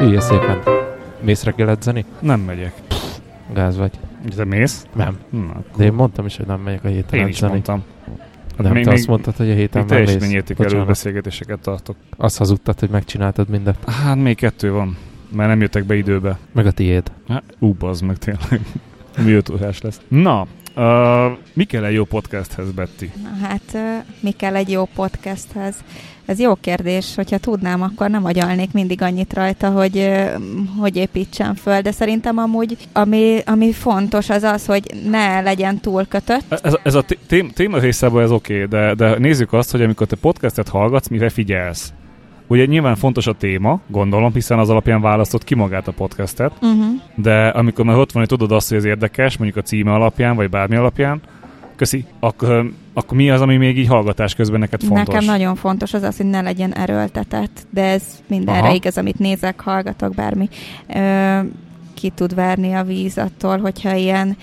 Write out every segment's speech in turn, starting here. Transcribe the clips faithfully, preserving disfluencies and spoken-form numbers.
Üljél szépen. Mész reggel edzeni? Nem megyek. Gáz vagy. Te mész? Nem. Na, de én mondtam is, hogy nem megyek a héten én edzeni. is mondtam. Nem, még, te még, azt mondtad, hogy a héten nem mész. Teljesítményértékelő beszélgetéseket tartok. Azt hazudtad, hogy megcsináltad mindet. Hát még kettő van, mert nem jöttek be időbe. Meg a tiéd. Hát, ú, bazd meg tényleg. Mi öt órás lesz. Na, uh, mi kell egy jó podcasthez, Betty? Na hát, uh, mi kell egy jó podcasthez? Ez jó kérdés, hogyha tudnám, akkor nem agyalnék mindig annyit rajta, hogy uh, hogy építsem föl, de szerintem amúgy, ami, ami fontos az az, hogy ne legyen túl kötött. Ez, ez a té- téma részében ez oké, okay, de, de nézzük azt, hogy amikor te podcastet hallgatsz, mire figyelsz. Ugye nyilván fontos a téma, gondolom, hiszen az alapján választott ki magát a podcastet, uh-huh. de amikor már ott van, hogy tudod azt, hogy ez érdekes, mondjuk a címe alapján, vagy bármi alapján, köszi, akkor, akkor mi az, ami még így hallgatás közben neked fontos? Nekem nagyon fontos az az, hogy ne legyen erőltetett, de ez mindenre Aha. igaz, amit nézek, hallgatok, bármi. Ö, ki tud verni a víz attól, hogyha ilyen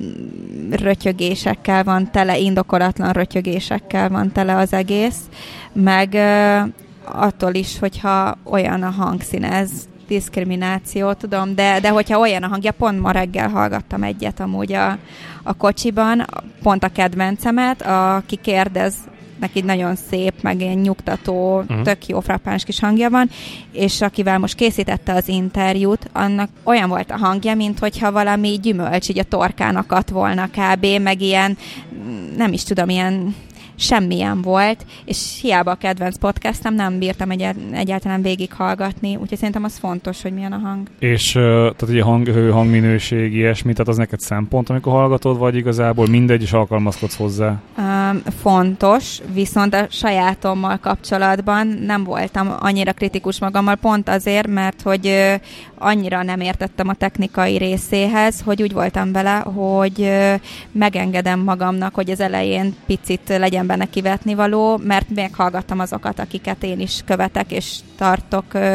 rötyögésekkel van tele, indokolatlan rötyögésekkel van tele az egész, meg ö, attól is, hogyha olyan a hangszínez, diszkrimináció, tudom, de, de hogyha olyan a hangja, pont ma reggel hallgattam egyet amúgy a, a kocsiban, pont a kedvencemet, aki kérdez, neki nagyon szép, meg ilyen nyugtató, uh-huh. tök jó frappáns kis hangja van, és akivel most készítette az interjút, annak olyan volt a hangja, mint hogyha valami gyümölcs így a torkán akadt volna kb, meg ilyen, nem is tudom, ilyen semmilyen volt, és hiába a kedvenc podcastem, nem bírtam egy- egyáltalán végighallgatni, úgyhogy szerintem az fontos, hogy milyen a hang. És uh, tehát ugye hang, hangminőség, ilyesmi, tehát az neked szempont, amikor hallgatod, vagy igazából mindegy, és alkalmazkodsz hozzá? Um, fontos, viszont a sajátommal kapcsolatban nem voltam annyira kritikus magammal, pont azért, mert hogy uh, annyira nem értettem a technikai részéhez, hogy úgy voltam vele, hogy uh, megengedem magamnak, hogy az elején picit legyen benne kivetnivaló, mert meghallgattam azokat, akiket én is követek, és tartok, ö,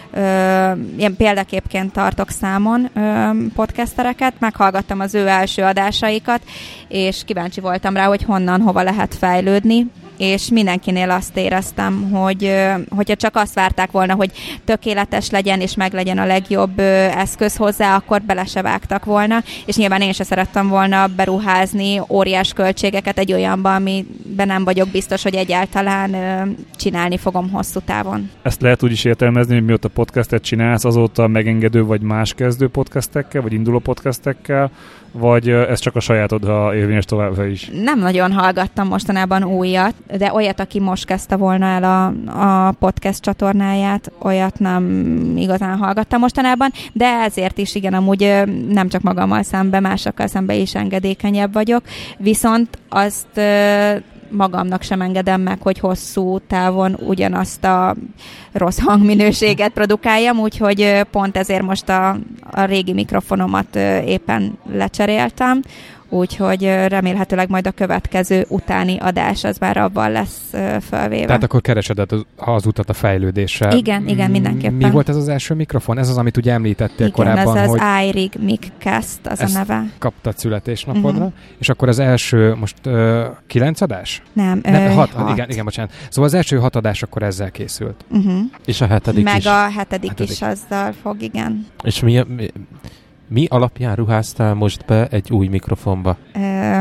ö, ilyen példaképként tartok számon ö, podcastereket, meghallgattam az ő első adásaikat, és kíváncsi voltam rá, hogy honnan, hova lehet fejlődni, és mindenkinél azt éreztem, hogy hogyha csak azt várták volna, hogy tökéletes legyen, és meg legyen a legjobb eszköz hozzá, akkor bele se vágtak volna, és nyilván én se szerettem volna beruházni óriás költségeket egy olyanba, amiben nem vagyok biztos, hogy egyáltalán csinálni fogom hosszú távon. Ezt lehet úgy is értelmezni, hogy mióta podcastet csinálsz, azóta megengedő vagy más kezdő podcastekkel, vagy induló podcastekkel, vagy ez csak a sajátodra érvényes továbbra is? Nem nagyon hallgattam mostanában újat, de olyat, aki most kezdte volna el a, a podcast csatornáját, olyat nem igazán hallgattam mostanában, de ezért is igen, amúgy nem csak magammal szemben, másokkal szemben is engedékenyebb vagyok, viszont azt magamnak sem engedem meg, hogy hosszú távon ugyanazt a rossz hangminőséget produkáljam, úgyhogy pont ezért most a, a régi mikrofonomat éppen lecseréltem, úgyhogy remélhetőleg majd a következő utáni adás az már abban lesz felvéve. Tehát akkor keresed az utat a fejlődésre. Igen, igen, mindenképpen. Mi volt ez az első mikrofon? Ez az, amit ugye említettél igen, korábban, ez hogy... az iRig Miccast, az a neve. Kaptad születésnapodra, uh-huh. és akkor az első, most uh, kilenc adás? Nem, Nem ö, hat, hat. Igen, igen, bocsánat. Szóval az első hat adás akkor ezzel készült. Uh-huh. És a hetedik Meg is. a hetedik, hetedik is azzal fog, igen. És mi, mi, mi alapján ruháztál most be egy új mikrofonba? Ö,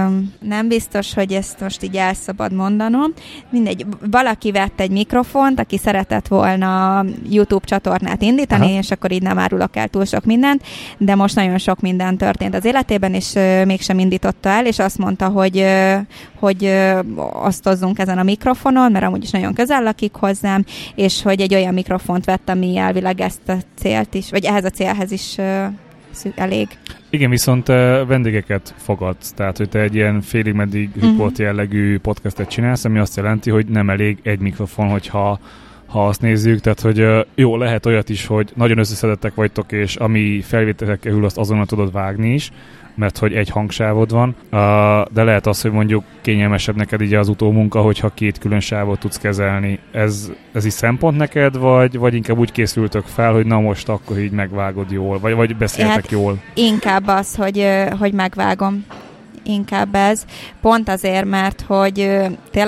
nem biztos, hogy ezt most így el szabad mondanom. Mindegy, valaki vett egy mikrofont, aki szeretett volna YouTube csatornát indítani, Aha. és akkor így nem árulok el túl sok mindent, de most nagyon sok minden történt az életében, és ö, mégsem indította el, és azt mondta, hogy, ö, hogy ö, osztozzunk ezen a mikrofonon, mert amúgy is nagyon közel lakik hozzám, és hogy egy olyan mikrofont vett, ami elvileg ezt a célt is, vagy ehhez a célhez is ö, elég. Igen, viszont te vendégeket fogadsz, tehát hogy te egy ilyen félig meddig uh-huh. riport jellegű podcastet csinálsz, ami azt jelenti, hogy nem elég egy mikrofon, hogyha ha azt nézzük, tehát hogy jó, lehet olyat is, hogy nagyon összeszedettek vagytok, és ami felvételre kerül, azt azonnal tudod vágni is, mert hogy egy hangsávod van, de lehet az, hogy mondjuk kényelmesebb neked így az utómunka, hogyha két külön sávot tudsz kezelni. Ez, ez is szempont neked, vagy, vagy inkább úgy készültök fel, hogy na most akkor így megvágod jól, vagy, vagy beszéltek hát jól? Inkább az, hogy, hogy megvágom. Inkább ez. Pont azért, mert hogy tényleg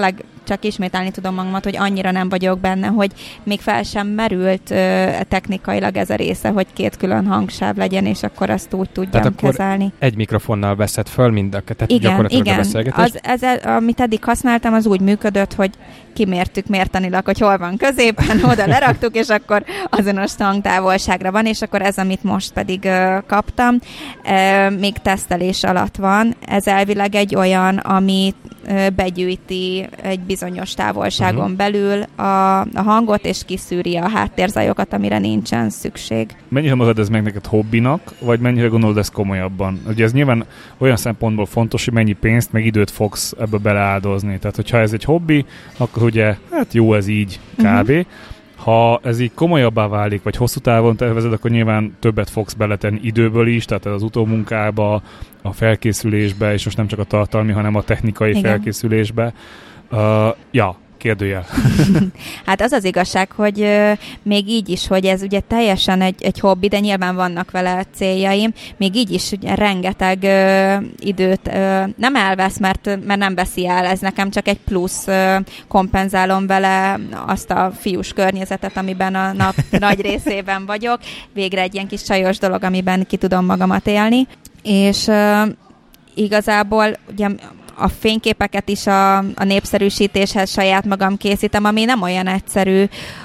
csak ismételni tudom magamat, hogy annyira nem vagyok benne, hogy még fel sem merült ö, technikailag ez a része, hogy két külön hangsáv legyen, és akkor azt úgy tudjam tehát kezelni. egy mikrofonnal veszed föl mind a tehát igen, gyakorlatilag igen. a beszélgetést. Az, ez, amit eddig használtam, az úgy működött, hogy kimértük mértanilag, hogy hol van középen, oda leraktuk, és akkor azonos hangtávolságra van, és akkor ez, amit most pedig ö, kaptam, ö, még tesztelés alatt van. Ez elvileg egy olyan, ami ö, begyűjti egy bizonyos távolságon uh-huh. belül a, a hangot, és kiszűri a háttérzajokat, amire nincsen szükség. Mennyire marad ez meg neked hobbinak, vagy mennyire gondolod ezt komolyabban? Ugye ez nyilván olyan szempontból fontos, hogy mennyi pénzt, meg időt fogsz ebbe beleáldozni. Tehát, hogyha ez egy hobbi, akkor ugye, hát jó ez így, kb. Uh-huh. Ha ez így komolyabbá válik, vagy hosszú távon tervezed, akkor nyilván többet fogsz beletenni időből is, tehát az utómunkába, a felkészülésbe, és most nem csak a tartalmi, hanem a technikai igen. felkészülésbe. Uh, ja, kérdőjel. Hát az az igazság, hogy ö, még így is, hogy ez ugye teljesen egy, egy hobbi, de nyilván vannak vele céljaim, még így is ugye rengeteg ö, időt ö, nem elvesz, mert, mert nem veszi el, ez nekem csak egy plusz, ö, kompenzálom vele azt a fiús környezetet, amiben a nap nagy részében vagyok. Végre egy ilyen kis csajos dolog, amiben ki tudom magamat élni. És ö, igazából ugye a fényképeket is a, a népszerűsítéshez saját magam készítem, ami nem olyan egyszerű,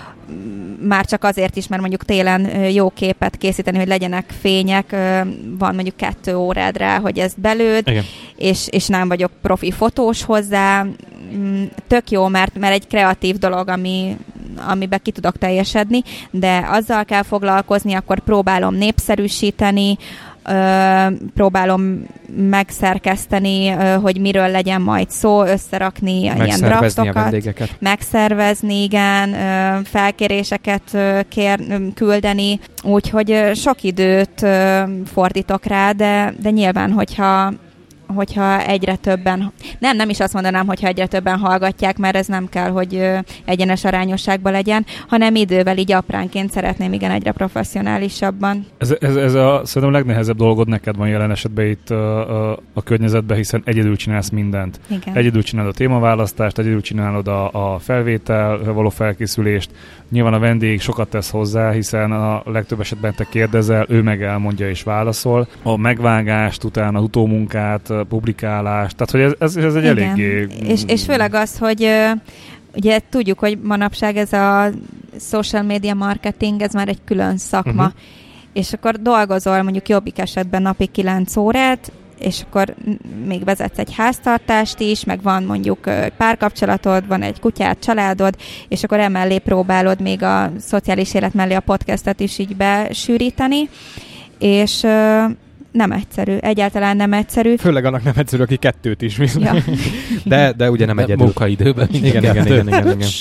már csak azért is, mert mondjuk télen jó képet készíteni, hogy legyenek fények, van mondjuk kettő órád rá, hogy ezt belőd, és, és nem vagyok profi fotós hozzá. Tök jó, mert, mert egy kreatív dolog, ami, amiben ki tudok teljesedni, de azzal kell foglalkozni, akkor próbálom népszerűsíteni, Ö, próbálom megszerkeszteni, ö, hogy miről legyen majd szó, összerakni ilyen draftokat, megszervezni, igen, ö, felkéréseket ö, kér, ö, küldeni, úgyhogy ö, sok időt ö, fordítok rá, de, de nyilván, hogyha hogyha egyre többen, nem, nem is azt mondanám, hogyha egyre többen hallgatják, mert ez nem kell, hogy ö, egyenes arányosságban legyen, hanem idővel így apránként szeretném igen egyre professzionálisabban. Ez, ez, ez a szerintem a legnehezebb dolgod neked van jelen esetben itt a, a, a környezetben, hiszen egyedül csinálsz mindent. Igen. Egyedül csinálod a témaválasztást, egyedül csinálod a, a felvétel, való felkészülést. Nyilván a vendég sokat tesz hozzá, hiszen a legtöbb esetben te kérdezel, ő meg elmondja és válaszol. A megvágást, utána az utómunkát, publikálást, tehát hogy ez, ez, ez egy igen. eléggé... És, és főleg az, hogy ugye tudjuk, hogy manapság ez a social media marketing, ez már egy külön szakma, uh-huh. és akkor dolgozol mondjuk jobbik esetben napi kilenc órát, és akkor még vezetsz egy háztartást is, meg van mondjuk párkapcsolatod, van egy kutyád, családod, és akkor emellé próbálod még a szociális élet mellé a podcastet is így besűríteni, és nem egyszerű, egyáltalán nem egyszerű. Főleg annak nem egyszerű, aki kettőt is visz. Ja. De, de ugye nem de egyedül. Munkaidőben. Igen, igen, igen, igen, igen, igen.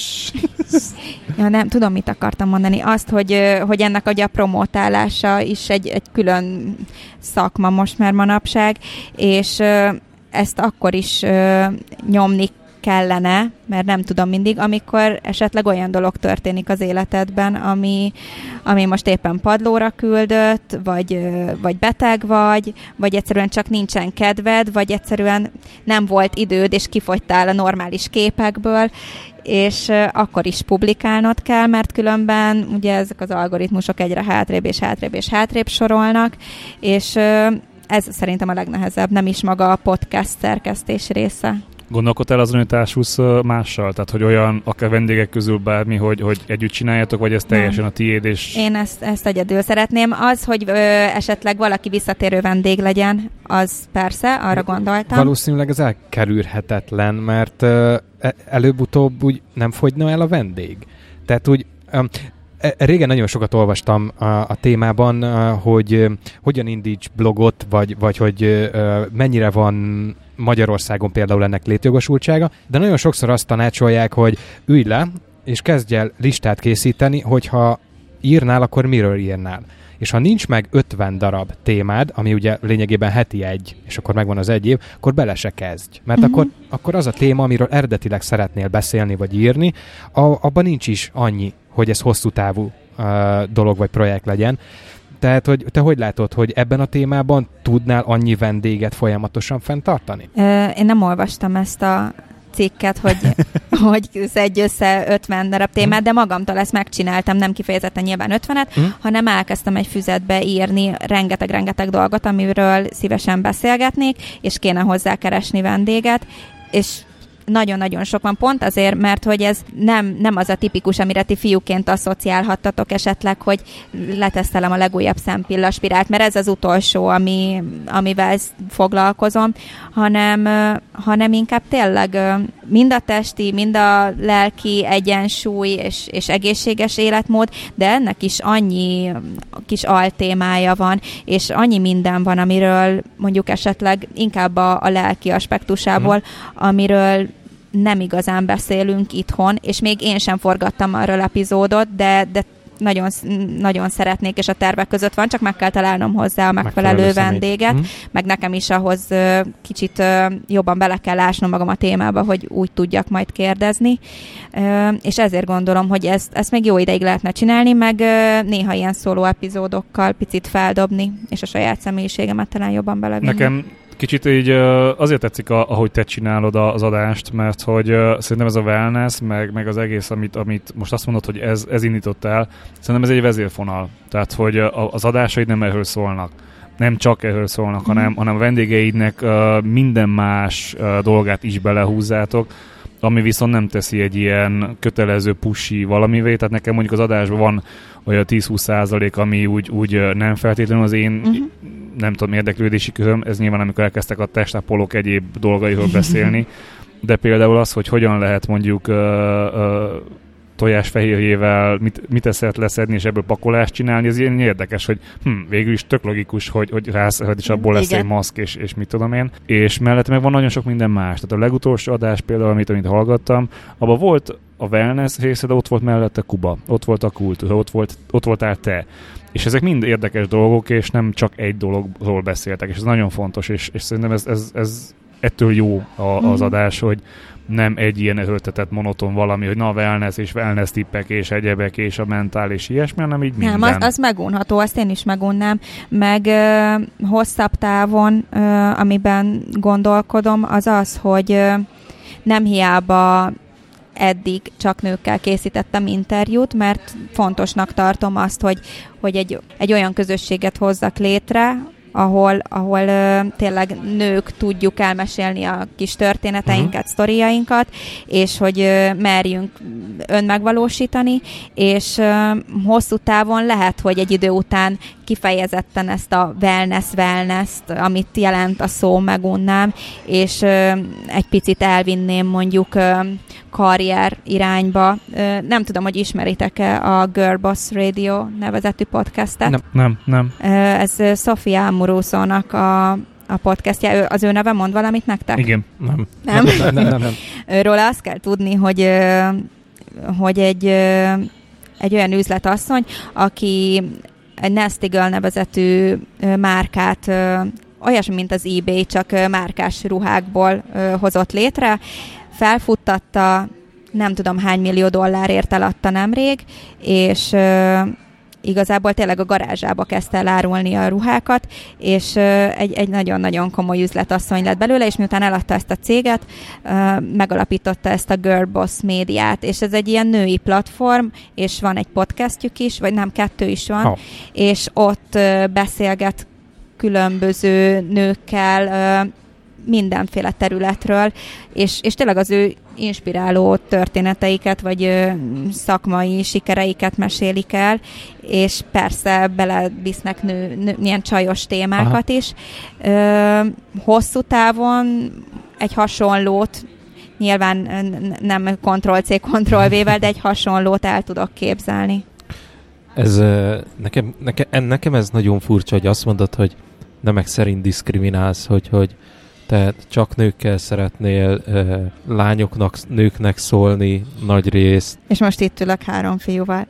Ja, nem, tudom, mit akartam mondani. Azt, hogy, hogy ennek ugye a promótálása is egy, egy külön szakma most már manapság, és ezt akkor is nyomni kellene, mert nem tudom mindig, amikor esetleg olyan dolog történik az életedben, ami, ami most éppen padlóra küldött, vagy, vagy beteg vagy, vagy egyszerűen csak nincsen kedved, vagy egyszerűen nem volt időd, és kifogytál a normális képekből, és akkor is publikálnod kell, mert különben ugye ezek az algoritmusok egyre hátrébb és hátrébb és hátrébb sorolnak, és ez szerintem a legnehezebb, nem is maga a podcast szerkesztés része. Gondolkodtál azon, hogy társulsz mással? Tehát, hogy olyan, akár vendégek közül bármi, hogy, hogy együtt csináljátok, vagy ez teljesen nem. A tiéd? És... Én ezt, ezt egyedül szeretném. Az, hogy ö, esetleg valaki visszatérő vendég legyen, az persze, arra gondoltam. Valószínűleg ez elkerülhetetlen, mert ö, előbb-utóbb úgy nem fogyna el a vendég. Tehát úgy... Ö, Régen nagyon sokat olvastam a, a témában, hogy hogyan indíts blogot, vagy, vagy hogy mennyire van Magyarországon például ennek létjogosultsága, de nagyon sokszor azt tanácsolják, hogy ülj le, és kezdj el listát készíteni, hogyha írnál, akkor miről írnál. És ha nincs meg ötven darab témád, ami ugye lényegében heti egy, és akkor megvan az egy év, akkor bele se kezdj. Mert uh-huh. akkor, akkor az a téma, amiről eredetileg szeretnél beszélni vagy írni, a, abban nincs is annyi, hogy ez hosszú távú uh, dolog vagy projekt legyen. Tehát, hogy te hogy látod, hogy ebben a témában tudnál annyi vendéget folyamatosan fenntartani? Én nem olvastam ezt a cikket, hogy, hogy szedj össze ötven darab témát, de magamtól ezt megcsináltam, nem kifejezetten nyilván ötvenet, mm. hanem elkezdtem egy füzetbe írni rengeteg-rengeteg dolgot, amiről szívesen beszélgetnék, és kéne hozzá keresni vendéget, és nagyon-nagyon sok van, pont azért, mert hogy ez nem, nem az a tipikus, amire ti fiúként asszociálhattatok esetleg, hogy letesztelem a legújabb szempillaspirált, mert ez az utolsó, ami, amivel foglalkozom, hanem, hanem inkább tényleg mind a testi, mind a lelki egyensúly és, és egészséges életmód, de ennek is annyi kis altémája van, és annyi minden van, amiről mondjuk esetleg inkább a, a lelki aspektusából, mm. amiről nem igazán beszélünk itthon, és még én sem forgattam arról epizódot, de, de nagyon, nagyon szeretnék, és a tervek között van, csak meg kell találnom hozzá a megfelelő, megfelelő vendéget, mm. meg nekem is ahhoz kicsit jobban bele kell ásnom magam a témába, hogy úgy tudjak majd kérdezni, és ezért gondolom, hogy ezt, ezt még jó ideig lehetne csinálni, meg néha ilyen szóló epizódokkal picit feldobni, és a saját személyiségemet talán jobban belevinni. Nekem kicsit így azért tetszik, ahogy te csinálod az adást, mert hogy szerintem ez a wellness, meg, meg az egész, amit, amit most azt mondod, hogy ez, ez indított el, szerintem ez egy vezérfonal. Tehát, hogy az adásaid nem erről szólnak. Nem csak erről szólnak, mm. hanem, hanem a vendégeidnek minden más dolgát is belehúzzátok, ami viszont nem teszi egy ilyen kötelező pushy valamivé, tehát nekem mondjuk az adásban van olyan tíz-húsz százalék, ami úgy, úgy nem feltétlenül az én uh-huh. nem tudom, érdeklődési közöm, ez nyilván amikor elkezdtek a testápolók egyéb dolgairól beszélni, de például az, hogy hogyan lehet mondjuk uh, uh, tojásfehérjével mit, mit eszelt leszedni, és ebből pakolást csinálni, ez ilyen érdekes, hogy hm, végül is tök logikus, hogy, hogy rászed, és abból lesz egy maszk, és, és mit tudom én. És mellette meg van nagyon sok minden más. Tehát a legutolsó adás például, amit, amit hallgattam, abban volt a wellness része, de ott volt mellette Kuba, ott volt a kultúra, ott, volt, ott voltál te. És ezek mind érdekes dolgok, és nem csak egy dologról beszéltek, és ez nagyon fontos, és, és szerintem ez, ez, ez ettől jó a, az adás, hogy nem egy ilyen erőltetett monoton valami, hogy na a wellness és wellness tippek és egyebek és a mentális ilyesmi, hanem így minden. Nem, az, az megunható, azt én is megunnám, meg ö, hosszabb távon, ö, amiben gondolkodom, az az, hogy ö, nem hiába eddig csak nőkkel készítettem interjút, mert fontosnak tartom azt, hogy, hogy egy, egy olyan közösséget hozzak létre, ahol, ahol ö, tényleg nők tudjuk elmesélni a kis történeteinket, uh-huh. sztoriainkat, és hogy ö, merjünk önmegvalósítani, és ö, hosszú távon lehet, hogy egy idő után kifejezetten ezt a wellness-wellness-t, amit jelent a szó, megunnám, és ö, egy picit elvinném mondjuk ö, karrier irányba. Ö, nem tudom, hogy ismeritek-e a Girl Boss Radio nevezetű podcastet? Nem, nem. nem. Ö, ez Sofia Amoruso-nak a, a podcastja. Ő, az ő neve mond valamit nektek? Igen. Nem. Nem? nem, nem, nem, nem. Róla azt kell tudni, hogy, hogy egy, egy olyan üzletasszony, aki egy Nasty Girl nevezetű márkát, olyasmi, mint az eBay, csak márkás ruhákból hozott létre, felfuttatta, nem tudom hány millió dollárért eladta nemrég, és igazából tényleg a garázsába kezdte el árulni a ruhákat, és egy, egy nagyon-nagyon komoly üzletasszony lett belőle, és miután eladta ezt a céget, megalapította ezt a Girl Boss médiát, és ez egy ilyen női platform, és van egy podcastjük is, vagy nem, kettő is van, oh. és ott beszélget különböző nőkkel mindenféle területről, és, és tényleg az ő inspiráló történeteiket, vagy ö, szakmai sikereiket mesélik el, és persze belevisznek nő, nő, ilyen csajos témákat Aha. is. Ö, hosszú távon egy hasonlót, nyilván nem Ctrl-C, Ctrl-V-vel, de egy hasonlót el tudok képzelni. Ez, nekem, nekem, nekem ez nagyon furcsa, hogy azt mondod, hogy nemek szerint diszkriminálsz, hogy, hogy te csak nőkkel szeretnél uh, lányoknak, nőknek szólni nagy részt. És most itt ülök három fiúval.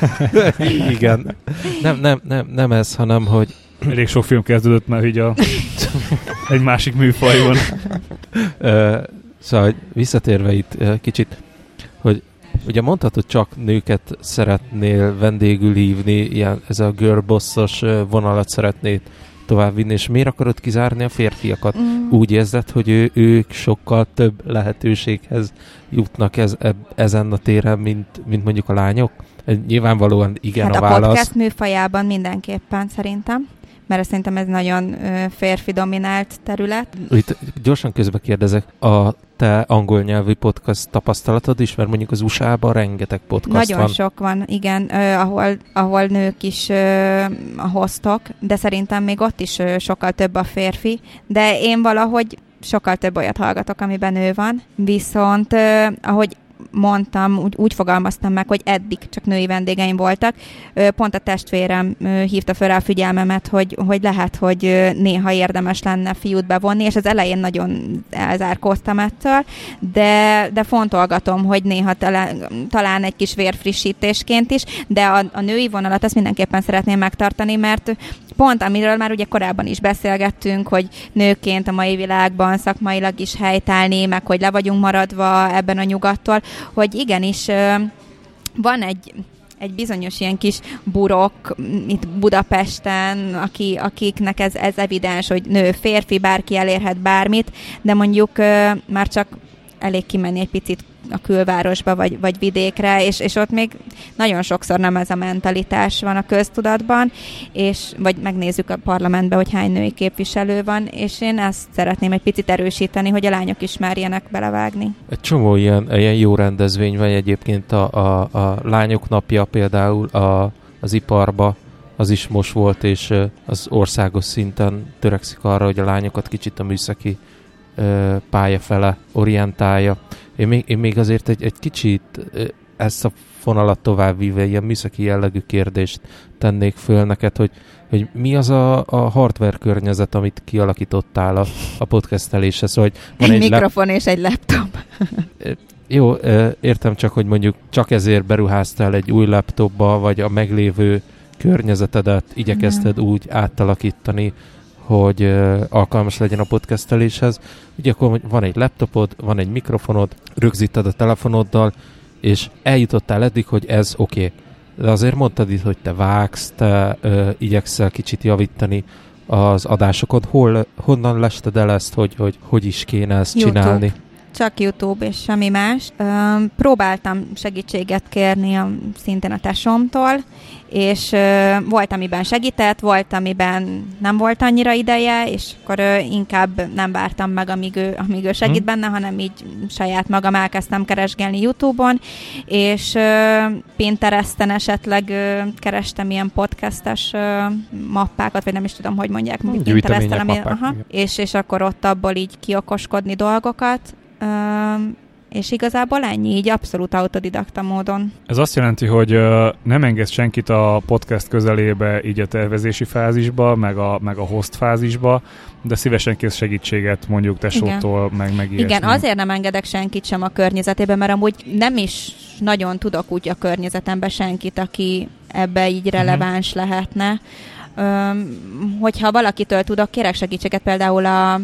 Igen. Nem, nem, nem, nem ez, hanem, hogy... Elég sok film kezdődött már így a... egy másik műfajban. uh, szóval visszatérve itt uh, kicsit, hogy ugye mondhatod, csak nőket szeretnél vendégül hívni, ilyen, ez a girl boss-os vonalat szeretnéd továbbvinni, és miért akarod kizárni a férfiakat? Mm. Úgy érzed, hogy ő, ők sokkal több lehetőséghez jutnak ez, eb, ezen a téren, mint, mint mondjuk a lányok? Nyilvánvalóan igen hát a, a válasz. A podcast műfajában mindenképpen szerintem, mert szerintem ez nagyon férfi dominált terület. Itt gyorsan közbe kérdezek, a te angol nyelvű podcast tapasztalatod is, mert mondjuk az u es á-ban rengeteg podcast Nagyon van. Nagyon sok van, igen, uh, ahol, ahol nők is uh, a hostok, de szerintem még ott is uh, sokkal több a férfi, de én valahogy sokkal több olyat hallgatok, amiben nő van, viszont uh, ahogy mondtam, úgy, úgy fogalmaztam meg, hogy eddig csak női vendégeim voltak. Pont a testvérem hívta fel rá a figyelmemet, hogy, hogy lehet, hogy néha érdemes lenne fiút bevonni, és az elején nagyon elzárkóztam ettől, de, de fontolgatom, hogy néha talán, talán egy kis vérfrissítésként is, de a, a női vonalat azt mindenképpen szeretném megtartani, mert pont amiről már ugye korábban is beszélgettünk, hogy nőként a mai világban szakmailag is helytállni, meg hogy le vagyunk maradva ebben a nyugattól, hogy igenis van egy, egy bizonyos ilyen kis burok itt Budapesten, aki, akiknek ez, ez evidens, hogy nő, férfi, bárki elérhet bármit, de mondjuk már csak elég kimenni egy picit a külvárosba, vagy, vagy vidékre, és, és ott még nagyon sokszor nem ez a mentalitás van a köztudatban, és vagy megnézzük a parlamentben, hogy hány női képviselő van, és én ezt szeretném egy picit erősíteni, hogy a lányok is merjenek belevágni. Egy csomó ilyen, ilyen jó rendezvény van egyébként, a, a, a lányok napja például a, az iparba, az is most volt, és az országos szinten törekszik arra, hogy a lányokat kicsit a műszaki pálya fele orientálja. Én még, én még azért egy, egy kicsit ezt a fonalat továbbvíve ilyen műszaki jellegű kérdést tennék föl neked, hogy, hogy mi az a, a hardware környezet, amit kialakítottál a, a podcasteléshez. Szóval, van egy, egy mikrofon lap... és egy laptop. Jó, értem, csak, hogy mondjuk csak ezért beruháztál egy új laptopba, vagy a meglévő környezetedet igyekezted úgy átalakítani, hogy uh, alkalmas legyen a podcasteléshez. Ugye akkor van egy laptopod, van egy mikrofonod, rögzíted a telefonoddal, és eljutottál eddig, hogy ez oké. Okay. De azért mondtad itt, hogy te vágsz, te uh, igyekszel kicsit javítani az adásokon. Hol, honnan lested el ezt, hogy hogy, hogy is kéne ezt YouTube. Csinálni? Csak YouTube és semmi más. Um, próbáltam segítséget kérni a, szintén a tesómtól, és uh, volt, amiben segített, volt, amiben nem volt annyira ideje, és akkor uh, inkább nem vártam meg, amíg ő, amíg ő segít hmm. benne, hanem így saját magam elkezdtem keresgélni YouTube-on, és uh, Pinteresten esetleg uh, kerestem ilyen podcastes uh, mappákat, vagy nem is tudom, hogy mondják. Hmm, Pinteresten, ami, aha, és, és akkor ott abból így kiokoskodni dolgokat, Uh, és igazából ennyi, így abszolút autodidakta módon. Ez azt jelenti, hogy uh, nem engedsz senkit a podcast közelébe így a tervezési fázisba, meg a, meg a host fázisba, de szívesen kérsz segítséget mondjuk tesótól, meg, meg ilyesmi. Igen, azért nem engedek senkit sem a környezetébe, mert amúgy nem is nagyon tudok úgy a környezetemben senkit, aki ebbe így releváns uh-huh. lehetne. Um, hogyha valakitől tudok, kérek segítséget például a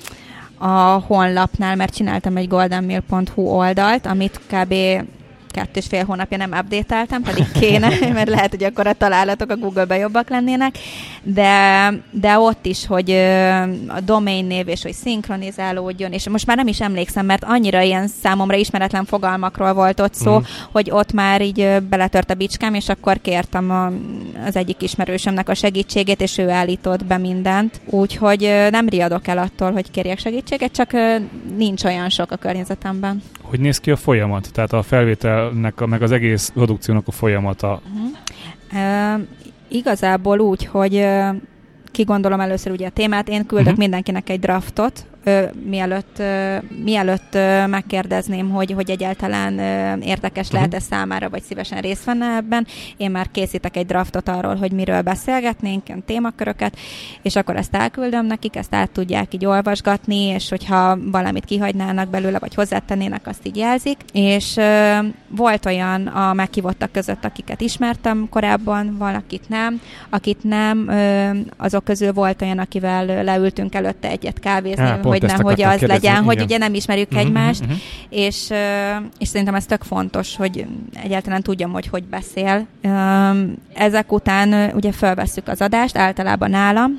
a honlapnál, mert csináltam egy goldenmail pont hu oldalt, amit kb. kettő és fél hónapja nem update-eltem, pedig kéne, mert lehet, hogy akkor a találatok a Google-be jobbak lennének, de, de ott is, hogy a domain név és hogy szinkronizálódjon, és most már nem is emlékszem, mert annyira ilyen számomra ismeretlen fogalmakról volt ott szó, mm. hogy ott már így beletört a bicskám, és akkor kértem a, az egyik ismerősömnek a segítségét, és ő állított be mindent. Úgyhogy nem riadok el attól, hogy kérjek segítséget, csak nincs olyan sok a környezetemben. Hogy néz ki a folyamat? Tehát a felvételnek, meg az egész produkciónak a folyamata? Uh-huh. Uh, igazából úgy, hogy uh, kigondolom először ugye a témát, én küldök uh-huh. mindenkinek egy draftot, uh, mielőtt, uh, mielőtt uh, megkérdezném, hogy, hogy egyáltalán uh, érdekes uh-huh. lehet-e számára, vagy szívesen részt venne ebben. Én már készítek egy draftot arról, hogy miről beszélgetnénk, témaköröket, és akkor ezt elküldöm nekik, ezt át tudják így olvasgatni, és hogyha valamit kihagynának belőle, vagy hozzátennének, azt így jelzik. És uh, volt olyan a meghívottak között, akiket ismertem korábban, valakit nem. Akit nem, uh, azok közül volt olyan, akivel leültünk előtte egyet kávézni, Há, hogy nem, hogy az legyen, igen. hogy ugye nem ismerjük uh-huh, egymást, uh-huh. és, és szerintem ez tök fontos, hogy egyáltalán tudjam, hogy hogy beszél. Ezek után ugye felvesszük az adást, általában nálam,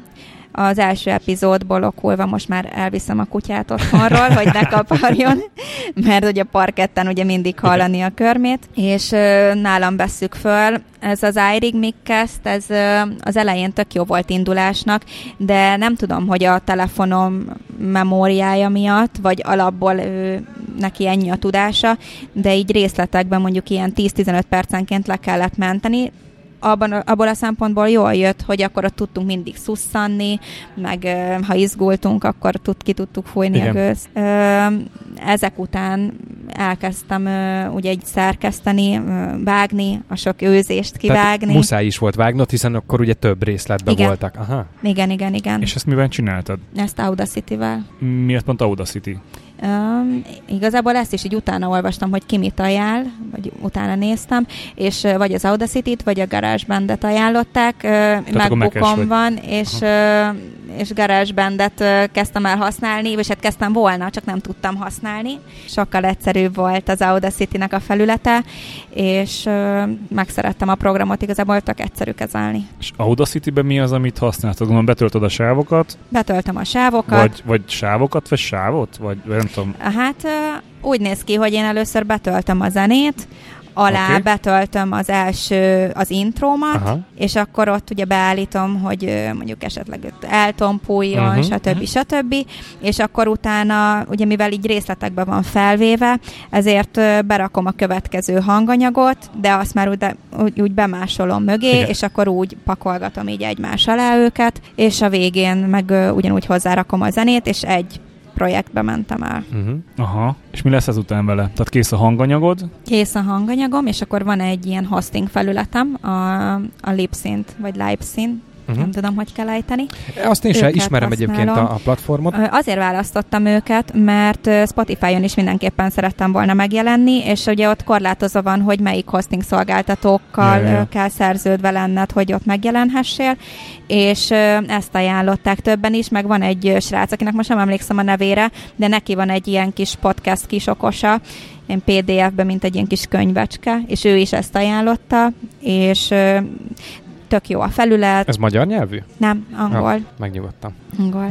az első epizódból okulva most már elviszem a kutyát otthonról, hogy ne kaparjon, mert ugye a parketten ugye mindig hallani a körmét, és ö, nálam vesszük föl. Ez az iRig Midcast, ez ö, az elején tök jó volt indulásnak, de nem tudom, hogy a telefonom memóriája miatt, vagy alapból ö, neki ennyi a tudása, de így részletekben mondjuk ilyen tíz-tizenöt percenként le kellett menteni. Abban, abból a szempontból jól jött, hogy akkor ott tudtunk mindig szusszanni, meg ö, ha izgultunk, akkor tud, ki tudtuk fújni Igen. a gőz. Ö, ezek után elkezdtem ö, ugye egy szerkeszteni, ö, vágni, a sok őzést kivágni. Tehát muszáj is volt vágnod, hiszen akkor ugye több részletben igen. voltak. Aha. Igen, igen, igen. És ezt mivel csináltad? Ezt Audacity-vel. Miért pont Audacity? Um, igazából ezt is így utána olvastam, hogy ki mit ajánl, vagy utána néztem, és uh, vagy az Audacity-t, vagy a GarageBand-et ajánlották. Uh, MacBookom van, és, uh, és GarageBand-et uh, kezdtem el használni, és hát kezdtem volna, csak nem tudtam használni. Sokkal egyszerűbb volt az Audacity-nek a felülete, és uh, megszerettem a programot, igazából tök egyszerű kezelni. És Audacity-ben mi az, amit használtad? Gondolom, betöltöd a sávokat? Betöltöm a sávokat. Vagy, vagy sávokat, vagy sávot? Vagy nem tudom. Hát úgy néz ki, hogy én először betöltöm a zenét, alá okay. betöltöm az első, az intrómat, Aha. és akkor ott ugye beállítom, hogy mondjuk esetleg eltompuljon, uh-huh. stb. stb. És akkor utána, ugye mivel így részletekben van felvéve, ezért berakom a következő hanganyagot, de azt már úgy, úgy, úgy bemásolom mögé, Igen. és akkor úgy pakolgatom így egymás alá őket, és a végén meg ugyanúgy hozzárakom a zenét, és egy projektbe mentem el. Uh-huh. Aha. És mi lesz ezután vele? Tehát kész a hanganyagod? Kész a hanganyagom, és akkor van egy ilyen hosting felületem, a, a Libsyn vagy Libsyn. Uh-huh. Nem tudom, hogy kell ejteni. Azt én sem ismerem használom. Egyébként a, a platformot. Azért választottam őket, mert Spotify-on is mindenképpen szerettem volna megjelenni, és ugye ott korlátozva van, hogy melyik hosting szolgáltatókkal ja, ja. kell szerződve lenned, hogy ott megjelenhessél, és ezt ajánlották többen is, meg van egy srác, akinek most nem emlékszem a nevére, de neki van egy ilyen kis podcast kis okosa, ilyen pé dé ef-ben, mint egy ilyen kis könyvecske, és ő is ezt ajánlotta, és tök jó a felület. Ez magyar nyelvű? Nem, angol. Ja, megnyugodtam. Angol.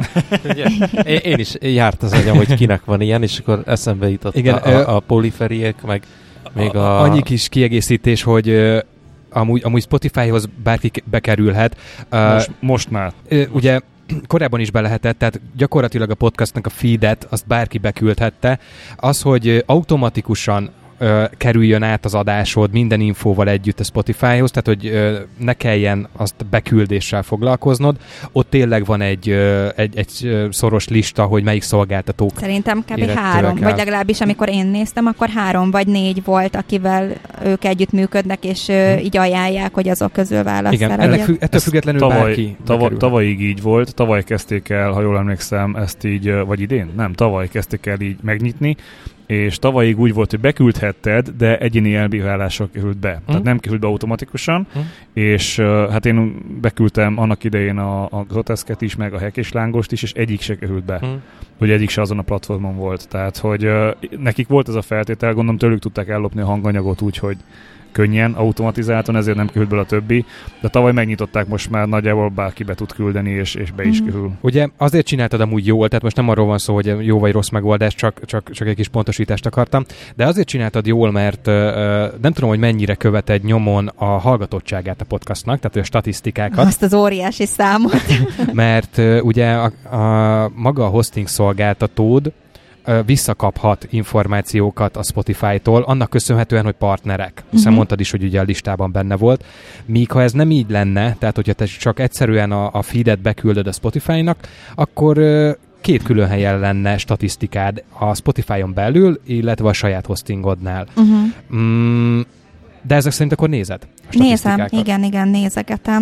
én, én is járt az agyam, hogy kinek van ilyen, és akkor eszembe jutott Igen, a, a, a poliferiek, meg még a... Annyi kis kiegészítés, hogy uh, amúgy, amúgy Spotifyhoz bárki bekerülhet. Uh, most, most már. Uh, ugye korábban is be lehetett, tehát gyakorlatilag a podcastnak a feedet azt bárki beküldhette. Az, hogy automatikusan Ö, kerüljön át az adásod minden infóval együtt a Spotifyhoz, tehát hogy ö, ne kelljen azt beküldéssel foglalkoznod. Ott tényleg van egy, ö, egy, egy ö, szoros lista, hogy melyik szolgáltatók. Szerintem kb. három, vagy legalábbis amikor én néztem, akkor három vagy négy volt, akivel ők együtt működnek, és ö, hmm. így ajánlják, hogy azok közül választ. Igen, ennek fü- ettől függetlenül tavaly, bárki tavaly, tavalyig így volt, tavaly kezdték el, ha jól emlékszem, ezt így, vagy idén? Nem, tavaly kezdték el így megnyitni, és tavalyig úgy volt, hogy beküldhetted, de egyéni elbírálással került be. Mm. Tehát nem került be automatikusan, mm. és uh, hát én beküldtem annak idején a, a Groteszket is, meg a Hek és Lángost is, és egyik se került be. Mm. Hogy egyik se azon a platformon volt. Tehát, hogy uh, nekik volt ez a feltétel, gondolom tőlük tudták ellopni a hanganyagot úgy, hogy könnyen, automatizáltan, ezért nem került bele a többi, de tavaly megnyitották, most már nagyjából bárki be tud küldeni, és, és be is kerül. Ugye azért csináltad amúgy jól, tehát most nem arról van szó, hogy jó vagy rossz megoldás, csak, csak, csak egy kis pontosítást akartam, de azért csináltad jól, mert uh, nem tudom, hogy mennyire követed nyomon a hallgatottságát a podcastnak, tehát a statisztikákat. Azt az óriási számot. Mert uh, ugye a, a, maga a hosting szolgáltatód visszakaphat információkat a Spotify-tól, annak köszönhetően, hogy partnerek. Hiszen uh-huh. mondtad is, hogy ugye a listában benne volt. Míg ha ez nem így lenne, tehát hogyha te csak egyszerűen a, a feedet beküldöd a Spotify-nak, akkor uh, két külön helyen lenne statisztikád a Spotify-on belül, illetve a saját hostingodnál. Uh-huh. Mm, de ezek szerint akkor nézed? Nézem, igen, igen, nézegetem.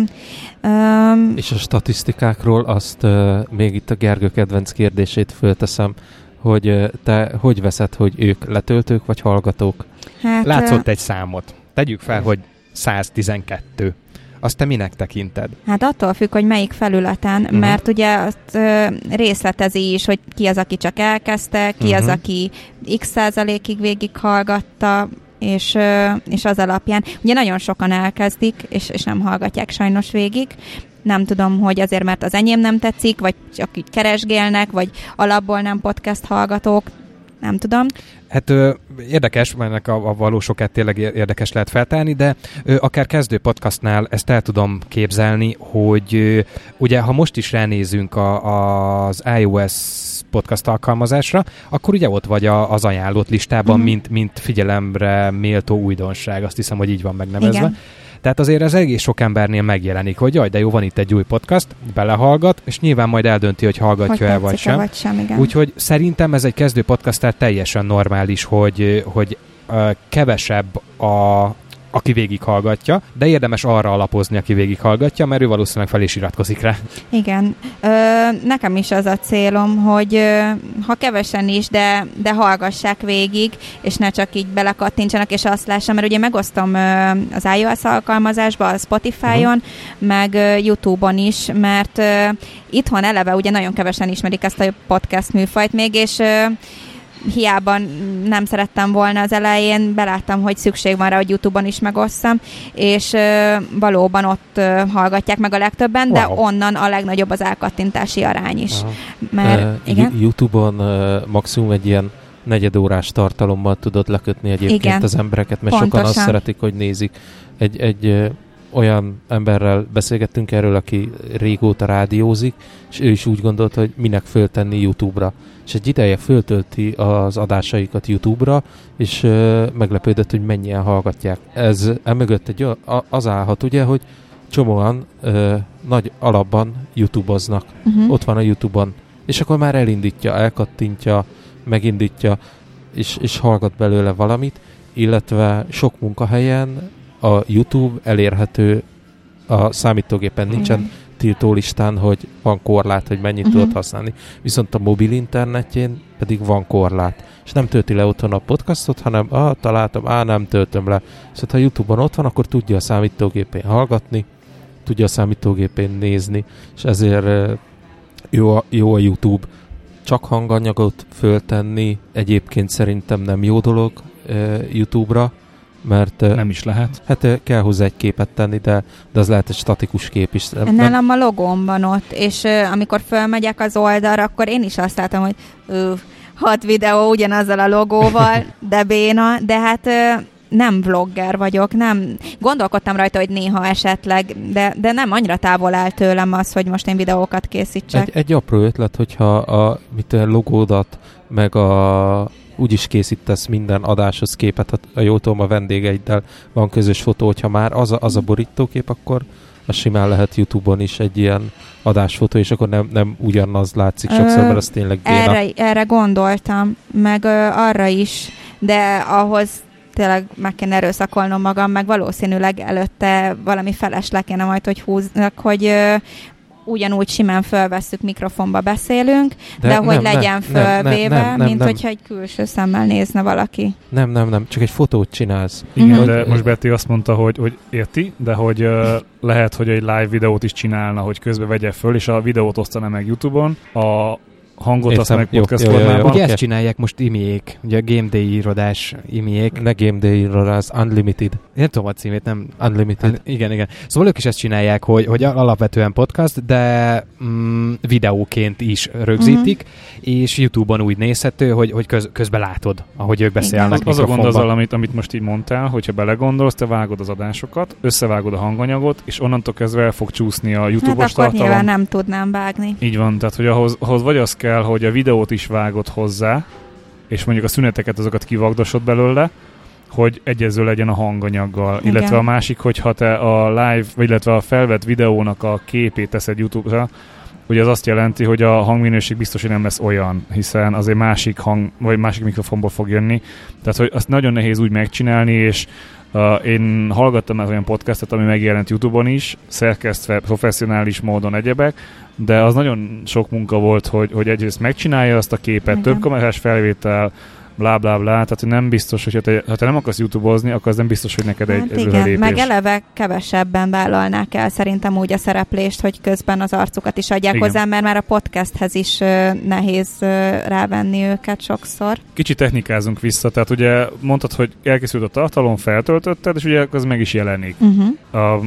Um, És a statisztikákról azt uh, még itt a Gergő kedvenc kérdését fölteszem, hogy te hogy veszed, hogy ők letöltők vagy hallgatók? Hát, Látszott uh, egy számot. Tegyük fel, hogy száz tizenkettő. Azt te minek tekinted? Hát attól függ, hogy melyik felületen, uh-huh. mert ugye azt uh, részletezi is, hogy ki az, aki csak elkezdte, ki uh-huh. az, aki x százalékig végighallgatta, és, és az alapján. Ugye nagyon sokan elkezdik, és, és nem hallgatják sajnos végig, Nem tudom, hogy azért, mert az enyém nem tetszik, vagy csak így keresgélnek, vagy alapból nem podcast hallgatók. Nem tudom. Hát ö, érdekes, mert a, a valósokát tényleg érdekes lehet feltárni, de ö, akár kezdő podcastnál ezt el tudom képzelni, hogy ö, ugye ha most is ránézünk a, az iOS podcast alkalmazásra, akkor ugye ott vagy a, az ajánlott listában, uh-huh. mint, mint figyelemre méltó újdonság. Azt hiszem, hogy így van megnevezve. Igen. Tehát azért ez egész sok embernél megjelenik, hogy jaj, de jó, van itt egy új podcast, belehallgat, és nyilván majd eldönti, hogy hallgatja el vagy sem. vagy sem. Igen. Úgyhogy szerintem ez egy kezdő podcastnál teljesen normális, hogy, hogy uh, kevesebb a, aki végighallgatja, de érdemes arra alapozni, aki végighallgatja, mert ő valószínűleg fel is iratkozik rá. Igen. Ö, nekem is az a célom, hogy ö, ha kevesen is, de, de hallgassák végig, és ne csak így belekattintsanak, és azt lássam, mert ugye megosztom ö, az iOS alkalmazásba, a Spotify-on, uh-huh. meg ö, YouTube-on is, mert ö, itthon eleve ugye nagyon kevesen ismerik ezt a podcast műfajt még, és ö, hiába nem szerettem volna az elején, beláttam, hogy szükség van rá, hogy YouTube-on is megosszam, és ö, valóban ott ö, hallgatják meg a legtöbben, wow. de onnan a legnagyobb az elkattintási arány is. Mert, uh, igen? YouTube-on uh, maximum egy ilyen negyedórás tartalommal tudod lekötni egyébként igen, az embereket, mert pontosan. Sokan azt szeretik, hogy nézik. Egy, egy uh, olyan emberrel beszélgettünk erről, aki régóta rádiózik, és ő is úgy gondolta, hogy minek föltenni YouTube-ra. És egy ideje föltölti az adásaikat YouTube-ra, és uh, meglepődött, hogy mennyien hallgatják. Ez emögött egy, az állhat, ugye, hogy csomóan uh, nagy alapban YouTube-oznak. Uh-huh. Ott van a YouTube-on. És akkor már elindítja, elkattintja, megindítja, és, és hallgat belőle valamit, illetve sok munkahelyen a YouTube elérhető a számítógépen, nincsen uh-huh. tiltólistán, hogy van korlát, hogy mennyit uh-huh. tudod használni. Viszont a mobil internetjén pedig van korlát. És nem tölti le otthon a podcastot, hanem ah, találtam, á, nem töltöm le. Szóval ha YouTube-on ott van, akkor tudja a számítógépén hallgatni, tudja a számítógépén nézni, és ezért jó a, jó a YouTube. Csak hanganyagot föltenni egyébként szerintem nem jó dolog YouTube-ra, mert nem is lehet. Hát kell hozzá egy képet tenni, de, de az lehet egy statikus kép is. Nálam a logóm van ott, és uh, amikor fölmegyek az oldalra, akkor én is azt látom, hogy uh, hat videó ugyanazzal a logóval, de béna, de hát uh, nem vlogger vagyok, nem. Gondolkodtam rajta, hogy néha esetleg, de, de nem annyira távol áll tőlem az, hogy most én videókat készítsek. Egy, egy apró ötlet, hogyha a mit a logódat, meg a úgy is készítesz minden adáshoz képet, a, a jól tudom, a vendégeiddel van közös fotó, hogyha már az a, az a borítókép, akkor az simán lehet YouTube-on is egy ilyen adásfotó, és akkor nem, nem ugyanaz látszik sokszor, mert az tényleg béna. Erre, erre gondoltam, meg ö, arra is, de ahhoz tényleg meg kéne erőszakolnom magam, meg valószínűleg előtte valami felesleg kéne majd, hogy húznak, hogy ö, ugyanúgy simán fölvesszük, mikrofonba beszélünk, de, de hogy nem, legyen fölvéve, mint nem. hogyha egy külső szemmel nézne valaki. Nem, nem, nem, csak egy fotót csinálsz. Igen, uh-huh. de most Betty azt mondta, hogy, hogy érti, de hogy uh, lehet, hogy egy live videót is csinálna, hogy közben vegye föl, és a videót osztaná meg YouTube-on, a hangot azt meg podcast jó, formában. Jó, jó, jó. Ugye ezt csinálják most imiék, ugye a Game Day irodás imiék. Ne Game Day irodás, Unlimited. Én tudom a címét, nem... Unlimited. Un- igen, igen. Szóval ők is ezt csinálják, hogy, hogy alapvetően podcast, de mm, videóként is rögzítik, uh-huh. és YouTube-on úgy nézhető, hogy, hogy köz, közben látod, ahogy ők beszélnek. Az a gond azzal, amit, amit most így mondtál, hogyha belegondolsz, te vágod az adásokat, összevágod a hanganyagot, és onnantól kezdve el fog csúszni a YouTube-os hát tartalom. Hát nem tudnám vágni. Így van, tehát hogy ahhoz, ahhoz vagy az kell, hogy a videót is vágod hozzá, és mondjuk a szüneteket azokat kivagdosod belőle, hogy egyező legyen a hanganyaggal. Igen. Illetve a másik, hogyha te a live, vagy illetve a felvett videónak a képét teszed YouTube-ra, ugye az azt jelenti, hogy a hangminőség biztos, hogy nem lesz olyan, hiszen azért másik hang, vagy másik mikrofonból fog jönni. Tehát, hogy azt nagyon nehéz úgy megcsinálni, és Uh, én hallgattam már olyan podcastet, ami megjelent YouTube-on is, szerkesztve professzionális módon egyebek, de az nagyon sok munka volt, hogy, hogy egyrészt megcsinálja azt a képet, igen. több kamerás felvétel, blá, blá, blá, tehát nem biztos, hogy ha te, ha te nem akarsz YouTube-ozni, akkor az nem biztos, hogy neked hát egy igen, lépés. Meg eleve kevesebben vállalnák el szerintem úgy a szereplést, hogy közben az arcukat is adják igen. hozzá, mert már a podcasthez is uh, nehéz uh, rávenni őket sokszor. Kicsit technikázunk vissza, tehát ugye mondtad, hogy elkészült a tartalom, feltöltötted, és ugye az meg is jelenik. Uh-huh. Um,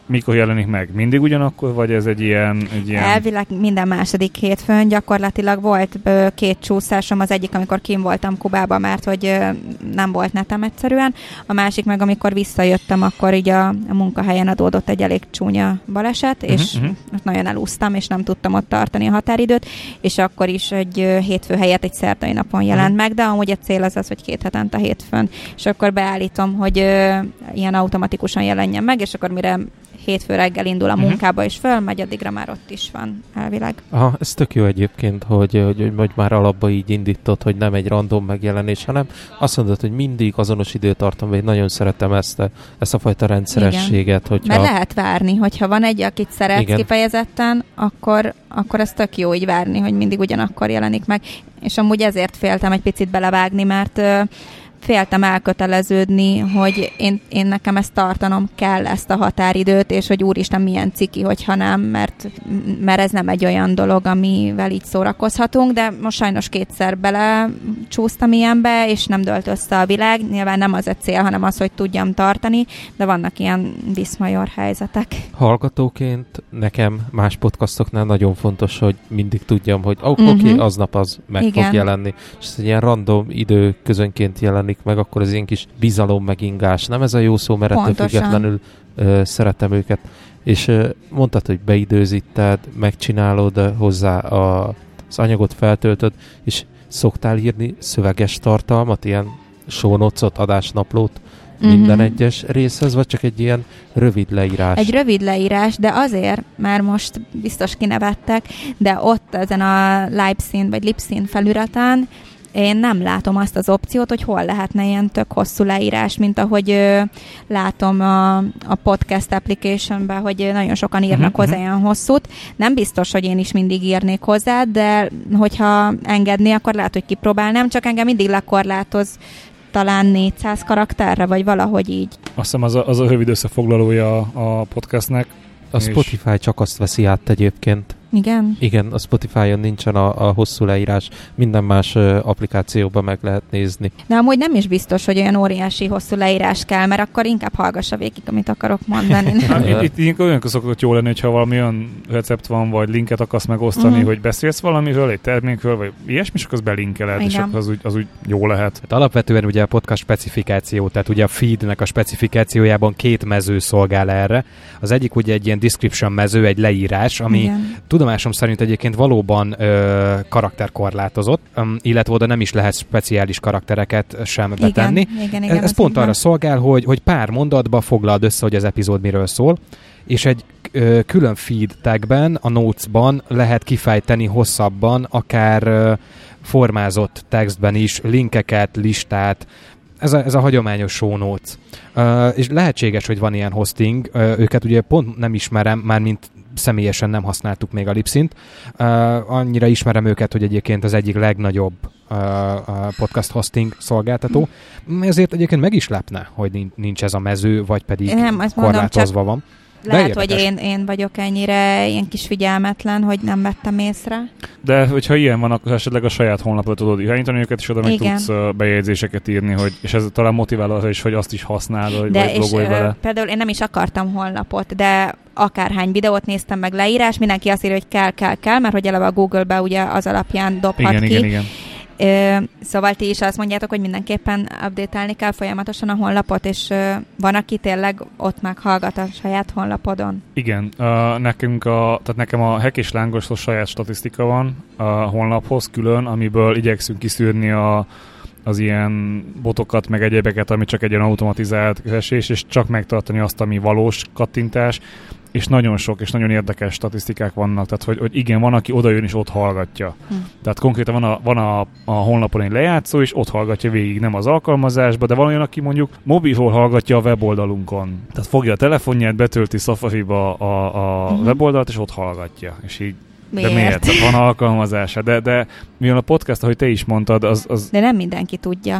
mikor jelenik meg? Mindig ugyanakkor, vagy ez egy ilyen... Egy ilyen... Elvileg minden második hétfőn gyakorlatilag volt ö, két csúszásom, az egyik, amikor kim voltam Kubában, mert hogy ö, nem volt netem egyszerűen, a másik meg, amikor visszajöttem, akkor így a, a munkahelyen adódott egy elég csúnya baleset, uh-huh, és uh-huh. nagyon elúsztam, és nem tudtam ott tartani a határidőt, és akkor is egy ö, hétfő helyett egy szerdai napon jelent uh-huh. meg, de amúgy a cél az az, hogy két hetente hétfőn, és akkor beállítom, hogy ö, ilyen automatikusan jelenjen meg, és akkor mire hétfő reggel indul a munkába, és fölmegy, addigra már ott is van elvileg. Aha, ez tök jó egyébként, hogy, hogy, hogy már alapba így indítod, hogy nem egy random megjelenés, hanem azt mondod, hogy mindig azonos időtartamban, én nagyon szeretem ezt a, ezt a fajta rendszerességet. Hogyha... Mert lehet várni, hogyha van egy, akit szeretsz Igen. kifejezetten, akkor, akkor ez tök jó így várni, hogy mindig ugyanakkor jelenik meg. És amúgy ezért féltem egy picit belevágni, mert féltem elköteleződni, hogy én, én nekem ezt tartanom kell, ezt a határidőt, és hogy úristen, milyen ciki, hogyha nem, mert, mert ez nem egy olyan dolog, amivel így szórakozhatunk, de most sajnos kétszer bele csúsztam ilyenbe, és nem dölt össze a világ. Nyilván nem az a cél, hanem az, hogy tudjam tartani, de vannak ilyen viszmajor helyzetek. Hallgatóként nekem más podcastoknál nagyon fontos, hogy mindig tudjam, hogy oh, uh-huh. oké, okay, aznap az meg Igen. fog jelenni. És ez egy ilyen random idő közönként jelenik meg, akkor az ilyen kis bizalom megingás. Nem ez a jó szó, mert ettől függetlenül uh, szeretem őket. És uh, mondtad, hogy beidőzíted, megcsinálod hozzá a, az anyagot, feltöltöd, és szoktál írni szöveges tartalmat, ilyen show notes-ot, adásnaplót minden uh-huh. egyes részhez, vagy csak egy ilyen rövid leírás? Egy rövid leírás, de azért, már most biztos kinevettek, de ott ezen a Libsyn vagy Libsyn felületen én nem látom azt az opciót, hogy hol lehetne ilyen tök hosszú leírás, mint ahogy ö, látom a, a podcast applicationben, hogy nagyon sokan írnak uh-huh. hozzá ilyen hosszút. Nem biztos, hogy én is mindig írnék hozzá, de hogyha engedni, akkor lehet, hogy kipróbálnám, csak engem mindig lekorlátoz talán négyszáz karakterre, vagy valahogy így. Azt hiszem az a, az a rövid összefoglalója a podcastnek. A Spotify csak azt veszi át egyébként. Igen? Igen, a Spotify-on nincsen a, a hosszú leírás, minden más uh, applikációban meg lehet nézni. De amúgy nem is biztos, hogy olyan óriási hosszú leírás kell, mert akkor inkább hallgassa végig, amit akarok mondani. Hát, itt, itt ilyenkor olyan szokott jó lenni, hogyha valami olyan recept van, vagy linket akarsz megosztani, uh-huh. hogy beszélsz valamiről, egy termékről, vagy ilyesmi, és akkor az belinkeled, és akkor az úgy, az úgy jó lehet. Hát alapvetően ugye a podcast specifikáció, tehát ugye a feednek a specifikációjában két mező szolgál erre. Az egyik ugye egy ilyen description mező, egy leírás, ami Igen. tudomásom szerint egyébként valóban ö, karakterkorlátozott, um, illetve oda nem is lehet speciális karaktereket sem betenni. Igen, igen, igen, ez ez pont arra van. Szolgál, hogy, hogy pár mondatba foglald össze, hogy az epizód miről szól, és egy ö, külön feed tagben, a notesban lehet kifejteni hosszabban, akár ö, formázott textben is, linkeket, listát, Ez a, ez a hagyományos show notes. Uh, és lehetséges, hogy van ilyen hosting, uh, őket ugye pont nem ismerem, mármint személyesen nem használtuk még a Libsynt. Uh, annyira ismerem őket, hogy egyébként az egyik legnagyobb uh, podcast hosting szolgáltató. Ezért egyébként meg is lepne, hogy nincs ez a mező, vagy pedig nem, korlátozva van. Lehet, hogy én, én vagyok ennyire ilyen kis figyelmetlen, hogy nem vettem észre. De hogyha ilyen van, akkor esetleg a saját honlapra tudod irányítani őket, és oda meg Igen. tudsz bejegyzéseket írni, hogy, és ez talán motivál arra is, hogy azt is használod, de vagy blogolj vele. Például én nem is akartam honlapot, de akárhány videót néztem meg leírás, mindenki azt írja, hogy kell, kell, kell, mert hogy eleve a Google-be ugye az alapján dobhat igen, ki. Igen, igen. Ö, szóval ti is azt mondjátok, hogy mindenképpen update-elni kell folyamatosan a honlapot, és ö, van, aki tényleg ott meghallgat a saját honlapodon? Igen, uh, nekünk a, tehát nekem a Hack és Lángoshoz saját statisztika van a honlaphoz külön, amiből igyekszünk kiszűrni a, az ilyen botokat, meg egyébeket, ami csak egy ilyen automatizált keresés, és csak megtartani azt, ami valós kattintás, és nagyon sok és nagyon érdekes statisztikák vannak, tehát hogy, hogy igen, van, aki odajön és ott hallgatja. Hm. Tehát konkrétan van, a, van a, a honlapon egy lejátszó, és ott hallgatja végig, nem az alkalmazásba, de van olyan, aki mondjuk mobilról hallgatja a weboldalunkon. Tehát fogja a telefonját, betölti Safari-ba a, a hm. weboldalt, és ott hallgatja. És így Miért? De miért? Tehát van alkalmazása. De, de mivel a podcast, ahogy te is mondtad, az... az... De nem mindenki tudja.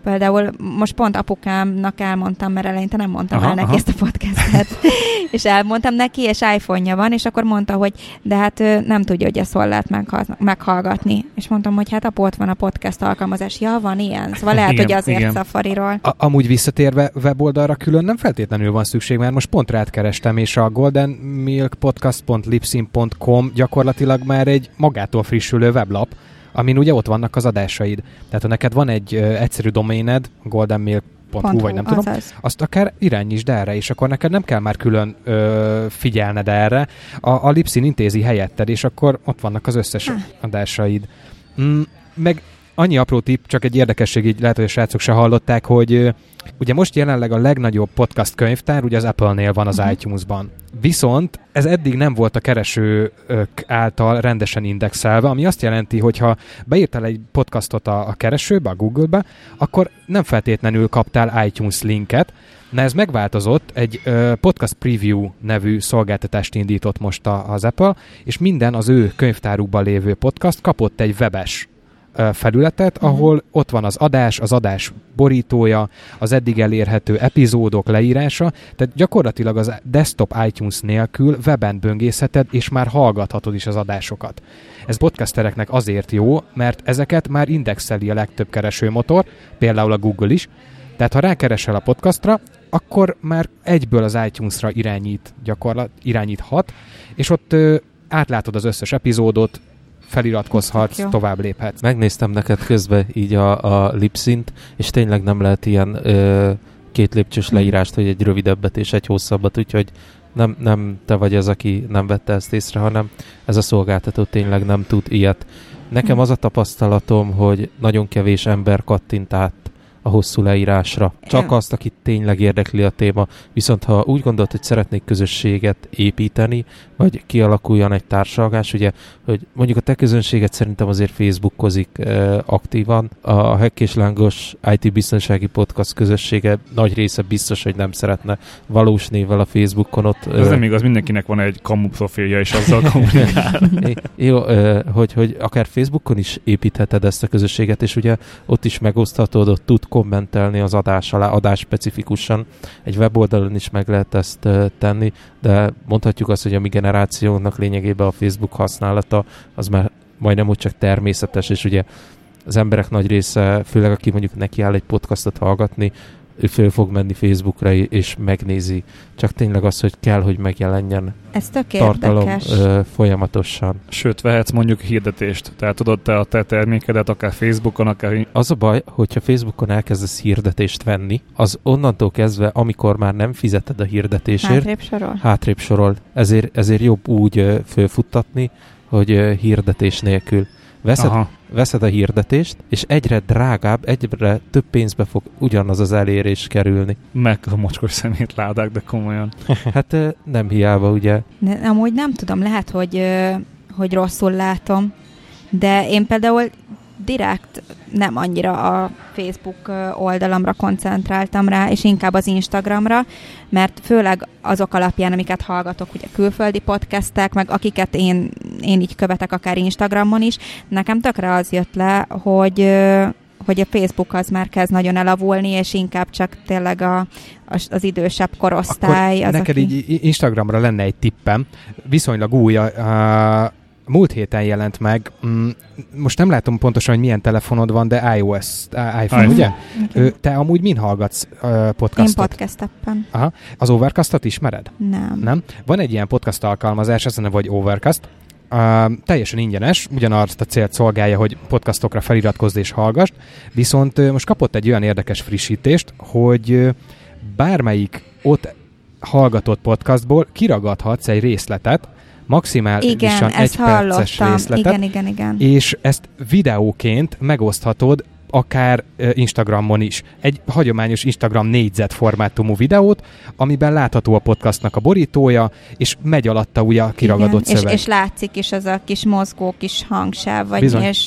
Például most pont apukámnak elmondtam, mert eleinte nem mondtam aha, el neki aha. ezt a podcastet. És elmondtam neki, és iPhone-ja van, és akkor mondta, hogy de hát ő nem tudja, hogy ezt hol lehet megha- meghallgatni. És mondtam, hogy hát apu, ott van a podcast alkalmazás. Ja, van ilyen. Szóval lehet, igen, hogy azért igen. Safariról. A- amúgy visszatérve weboldalra külön nem feltétlenül van szükség, mert most pont rád kerestem, és a golden milk podcast pont libsyn pont com gyakorlatilag már egy magától frissülő weblap, amin ugye ott vannak az adásaid. Tehát ha neked van egy ö, egyszerű doméned, golden milk pont hu, vagy nem tudom, azaz. azt akár irányítsd erre, és akkor neked nem kell már külön ö, figyelned erre. A, a Libsyn intézi helyetted, és akkor ott vannak az összes Ah. adásaid. Mm, meg annyi apró tipp, csak egy érdekesség, így lehet, hogy a srácok se hallották, hogy ö, ugye most jelenleg a legnagyobb podcast könyvtár, ugye az Apple-nél van az uh-huh. iTunes-ban. Viszont ez eddig nem volt a keresők által rendesen indexelve, ami azt jelenti, hogy ha beírtál egy podcastot a, a keresőbe, a Google-be, akkor nem feltétlenül kaptál iTunes linket. Na ez megváltozott, egy ö, Podcast Preview nevű szolgáltatást indított most a, az Apple, és minden az ő könyvtárukban lévő podcast kapott egy webes felületet, uh-huh. ahol ott van az adás, az adás borítója, az eddig elérhető epizódok leírása, tehát gyakorlatilag az desktop iTunes nélkül weben böngészheted, és már hallgathatod is az adásokat. Ez podcastereknek azért jó, mert ezeket már indexeli a legtöbb keresőmotor, például a Google is, tehát ha rákeresel a podcastra, akkor már egyből az iTunes-ra irányít, gyakorlat, irányíthat, és ott ö, átlátod az összes epizódot, feliratkozhatsz, tovább léphetsz. Megnéztem neked közben így a, a Libsynt, és tényleg nem lehet ilyen ö, két lépcsős leírást, hogy egy rövidebbet és egy hosszabbat, úgyhogy nem, nem te vagy az, aki nem vette ezt észre, hanem ez a szolgáltató tényleg nem tud ilyet. Nekem az a tapasztalatom, hogy nagyon kevés ember kattint át a hosszú leírásra. Csak azt, akit tényleg érdekli a téma. Viszont ha úgy gondolt, hogy szeretnék közösséget építeni, vagy kialakuljon egy társalgás, ugye, hogy mondjuk a te közönséget szerintem azért Facebookozik eh, aktívan. A Hack és Lángos i té biztonsági podcast közössége nagy része biztos, hogy nem szeretne valós névvel a Facebookon ott... Ez eh, nem igaz, mindenkinek van egy kamu profilja, és azzal kommunikál. Jó, eh, hogy, hogy akár Facebookon is építheted ezt a közösséget, és ugye ott is megoszthatod, ott tud kommentelni az adás alá, adás specifikusan. Egy weboldalon is meg lehet ezt uh, tenni, de mondhatjuk azt, hogy a mi generációnak lényegében a Facebook használata az már majdnem úgy csak természetes, és ugye az emberek nagy része, főleg aki mondjuk nekiáll egy podcastot hallgatni, ő föl fog menni Facebookra, és megnézi. Csak tényleg az, hogy kell, hogy megjelenjen ez tök tartalom érdekes. ö, folyamatosan. Sőt, vehetsz mondjuk hirdetést. Tehát tudod te a te termékedet, akár Facebookon, akár... Az a baj, hogyha Facebookon elkezdesz hirdetést venni, az onnantól kezdve, amikor már nem fizeted a hirdetésért, hátrébb sorol. Hátrébb sorol. Ezért, ezért jobb úgy ö, fölfuttatni, hogy ö, hirdetés nélkül. Veszed, veszed a hirdetést, és egyre drágább, egyre több pénzbe fog ugyanaz az elérés kerülni. Meg a mocskos szemétládák, de komolyan. Hát nem hiába, ugye? Ne, amúgy nem tudom, lehet, hogy, hogy rosszul látom, de én például direkt nem annyira a Facebook oldalamra koncentráltam rá, és inkább az Instagramra, mert főleg azok alapján, amiket hallgatok, ugye külföldi podcastek, meg akiket én, én így követek akár Instagramon is, nekem tökre az jött le, hogy, hogy a Facebook az már kezd nagyon elavulni, és inkább csak tényleg a, az, az idősebb korosztály. Akkor az, neked aki... így Instagramra lenne egy tippem, viszonylag új, a, a múlt héten jelent meg, most nem látom pontosan, hogy milyen telefonod van, de iOS, iPhone, iPhone. ugye? Okay. Te amúgy min hallgatsz uh, podcastot? Én podcast appen. Aha. Az Overcastot ismered? Nem. Nem? Van egy ilyen podcast alkalmazás, ez a neve, vagy Overcast, uh, teljesen ingyenes, ugyanazt a célt szolgálja, hogy podcastokra feliratkozz és hallgass, viszont uh, most kapott egy olyan érdekes frissítést, hogy uh, bármelyik ott hallgatott podcastból kiragadhatsz egy részletet, maximálisan igen, egy perces részletet, igen, igen, igen. és ezt videóként megoszthatod akár uh, Instagramon is. Egy hagyományos Instagram négyzet formátumú videót, amiben látható a podcastnak a borítója, és megy alatta ugye a kiragadott igen, szöveg. És, és látszik is az a kis mozgó kis hangsáv, vagy Bizony. és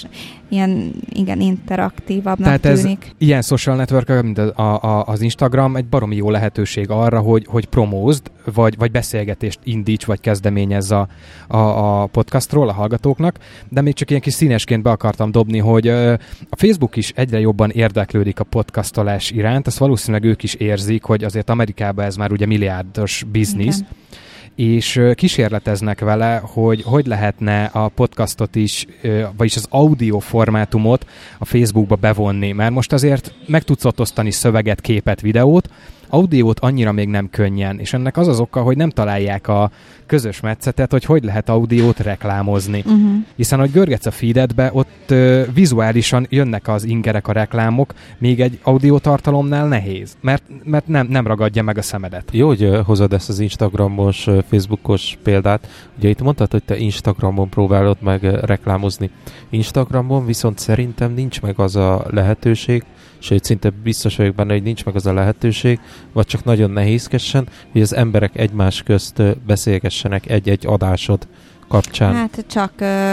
ilyen igen, interaktívabbnak Tehát tűnik. Ez ilyen social network, mint a, a, az Instagram, egy baromi jó lehetőség arra, hogy, hogy promózd, vagy, vagy beszélgetést indíts, vagy kezdeményezz a, a, a podcastról a hallgatóknak, de még csak ilyen kis színesként be akartam dobni, hogy a Facebook is egyre jobban érdeklődik a podcastolás iránt, ezt valószínűleg ők is érzik, hogy azért Amerikában ez már ugye milliárdos biznisz, igen. És kísérleteznek vele, hogy hogy lehetne a podcastot is, vagyis az audio formátumot a Facebookba bevonni, mert most azért meg tudsz ott osztani szöveget, képet, videót, audiót annyira még nem könnyen, és ennek az az oka, hogy nem találják a közös metszetet, hogy hogy lehet audiót reklámozni. Uh-huh. Hiszen, hogy görgetsz a feededbe, ott uh, vizuálisan jönnek az ingerek, a reklámok, még egy audiótartalomnál nehéz, mert, mert nem, nem ragadja meg a szemedet. Jó, hogy uh, hozod ezt az Instagramos, uh, Facebookos példát. Ugye itt mondtad, hogy te Instagramon próbálod meg uh, reklámozni. Instagramon viszont szerintem nincs meg az a lehetőség, sőt, szinte biztos vagyok benne, hogy nincs meg az a lehetőség, vagy csak nagyon nehézkesen, hogy az emberek egymás közt beszélgessenek egy-egy adásod kapcsán. Hát csak,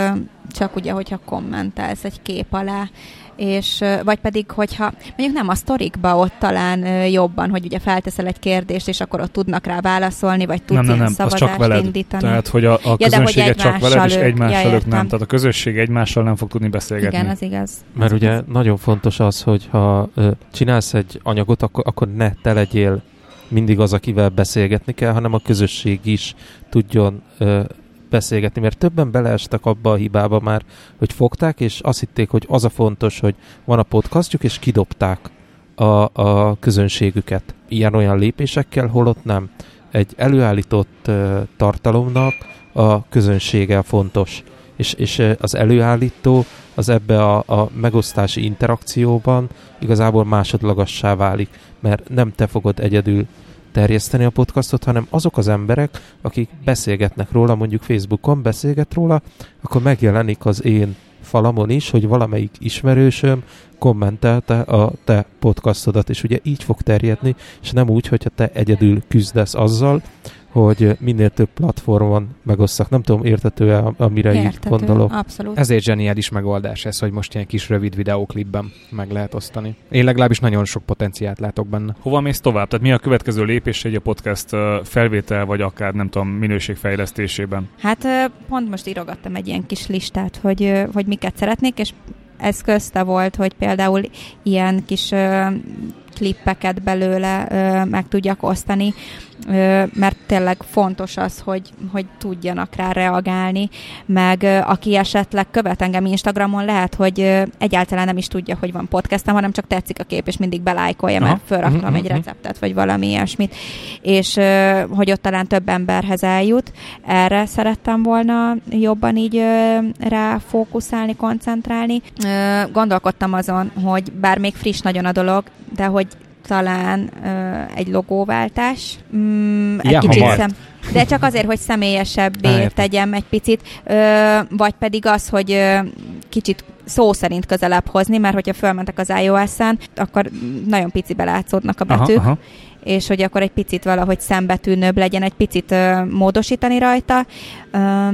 csak ugye, hogyha kommentelsz egy kép alá, és vagy pedig, hogyha mondjuk nem a sztorikba ott talán jobban, hogy ugye felteszel egy kérdést, és akkor ott tudnak rá válaszolni, vagy tudsz nem, nem, ilyen nem, szavazást csak veled. indítani. Tehát, hogy a, a ja, közönséget csak veled, és egymással ja, ők nem. Tehát a közösség egymással nem fog tudni beszélgetni. Igen, az igaz. Mert az ugye igaz. nagyon fontos az, hogy ha ö, csinálsz egy anyagot, akkor, akkor ne te legyél mindig az, akivel beszélgetni kell, hanem a közösség is tudjon ö, beszélgetni, mert többen beleestek abba a hibába már, hogy fogták, és azt hitték, hogy az a fontos, hogy van a podcastjuk, és kidobták a, a közönségüket ilyen-olyan lépésekkel, holott nem. Egy előállított uh, tartalomnak a közönsége fontos, és, és az előállító az ebbe a, a megosztási interakcióban igazából másodlagassá válik, mert nem te fogod egyedül terjeszteni a podcastot, hanem azok az emberek, akik beszélgetnek róla, mondjuk Facebookon beszélget róla, akkor megjelenik az én falamon is, hogy valamelyik ismerősöm kommentelte a te podcastodat, és ugye így fog terjedni, és nem úgy, hogyha te egyedül küzdesz azzal, hogy minél több platformon megosztak. Nem tudom, értető-e, amire Értető, így gondolok. Abszolút. Ezért zseniális megoldás ez, hogy most ilyen kis rövid videóklipben meg lehet osztani. Én legalábbis nagyon sok potenciált látok benne. Hova mész tovább? Tehát mi a következő lépés egy a podcast felvétel, vagy akár nem tudom, minőségfejlesztésében? Hát pont most írogattam egy ilyen kis listát, hogy, hogy miket szeretnék, és ez közte volt, hogy például ilyen kis ö, klippeket belőle ö, meg tudjak osztani, ö, mert tényleg fontos az, hogy, hogy tudjanak rá reagálni, meg ö, aki esetleg követ engem Instagramon, lehet, hogy ö, egyáltalán nem is tudja, hogy van podcastem, hanem csak tetszik a kép, és mindig belájkolja, mert felraktam uh-huh, egy receptet, vagy valami ilyesmit, és ö, hogy ott talán több emberhez eljut. Erre szerettem volna jobban így ö, rá fókuszálni, koncentrálni. Ö, gondolkodtam azon, hogy bár még friss nagyon a dolog, de hogy talán ö, egy logóváltás. Mm, egy ja, kicsit szem, de csak azért, hogy személyesebbé tegyem egy picit, ö, vagy pedig az, hogy ö, kicsit szó szerint közelebb hozni, mert hogyha fölmentek az iOS-en, akkor nagyon picibe látszódnak a betűk, aha, aha. és hogy akkor egy picit valahogy szembetűnőbb legyen, egy picit ö, módosítani rajta, ö,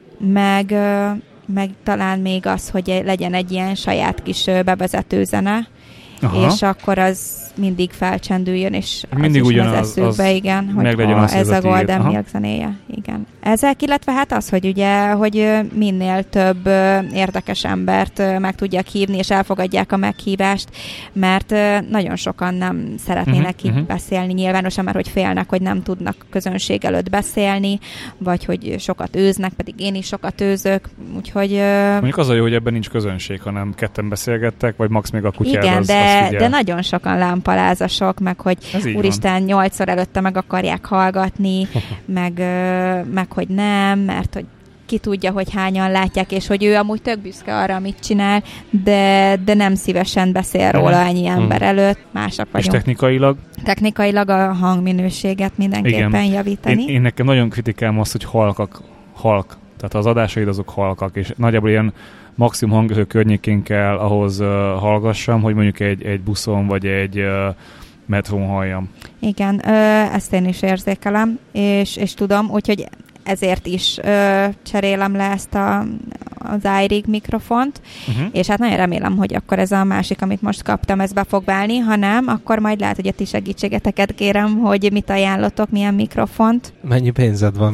meg, ö, meg talán még az, hogy legyen egy ilyen saját kis ö, bevezető zene, aha. és akkor az mindig felcsendüljön, és az mindig is az eszükbe, igen, hogy az, ez a Golden Milk zenéje, igen. Ezek, illetve hát az, hogy ugye, hogy minél több érdekes embert meg tudják hívni, és elfogadják a meghívást, mert nagyon sokan nem szeretnének uh-huh, így uh-huh. beszélni nyilvánosan, mert hogy félnek, hogy nem tudnak közönség előtt beszélni, vagy hogy sokat őznek, pedig én is sokat őzök, úgyhogy... Mondjuk az a jó, hogy ebben nincs közönség, hanem ketten beszélgettek, vagy max még a kutyád igen, az, de, az de nagyon sokan lámpalázasok, meg hogy úristen, nyolcszor előtte meg akarják hallgatni, meg, meg hogy nem, mert hogy ki tudja, hogy hányan látják, és hogy ő amúgy tök büszke arra, amit csinál, de, de nem szívesen beszél róla ennyi ember előtt, mások vagyunk. És technikailag? Technikailag a hangminőséget mindenképpen igen. javítani. Én, én nekem nagyon kritikám az, hogy halkak, halk. Tehát az adásaid azok halkak, és nagyjából ilyen maximum hangütő környékén kell ahhoz uh, hallgassam, hogy mondjuk egy, egy buszon, vagy egy uh, metrón halljam. Igen, ö, ezt én is érzékelem, és, és tudom, úgyhogy ezért is ö, cserélem le ezt a, az iRig mikrofont, uh-huh. és hát nagyon remélem, hogy akkor ez a másik, amit most kaptam, ez be fog válni, ha nem, akkor majd lehet, hogy a ti segítségeteket kérem, hogy mit ajánlotok, milyen mikrofont. Mennyi pénzed van,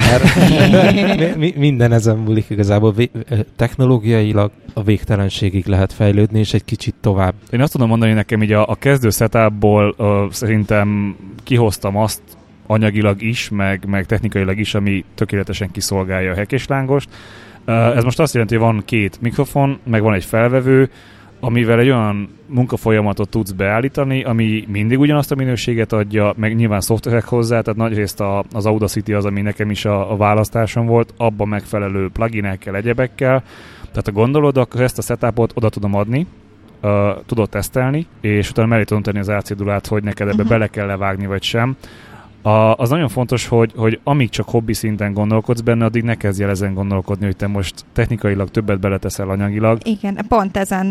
mert mi, minden ezen múlik igazából. Vé- technológiailag a végtelenségig lehet fejlődni, és egy kicsit tovább. Én azt tudom mondani nekem, így a, a kezdő setupból uh, szerintem kihoztam azt anyagilag is, meg, meg technikailag is, ami tökéletesen kiszolgálja a hekéslángost. Uh, ez most azt jelenti, hogy van két mikrofon, meg van egy felvevő, amivel egy olyan munkafolyamatot tudsz beállítani, ami mindig ugyanazt a minőséget adja, meg nyilván szoftverek hozzá, tehát nagyrészt a, az Audacity az, ami nekem is a, a választásom volt, abban megfelelő pluginekkel, egyebekkel. Tehát ha gondolod, akkor ezt a setupot oda tudom adni, uh, tudod tesztelni, és utána mellé tudom tenni az árcédulát, hogy neked ebbe uh-huh. bele kell levágni, vagy sem. A, az nagyon fontos, hogy, hogy amíg csak hobbi szinten gondolkodsz benne, addig ne kezdj el ezen gondolkodni, hogy te most technikailag többet beleteszel anyagilag. Igen, pont ezen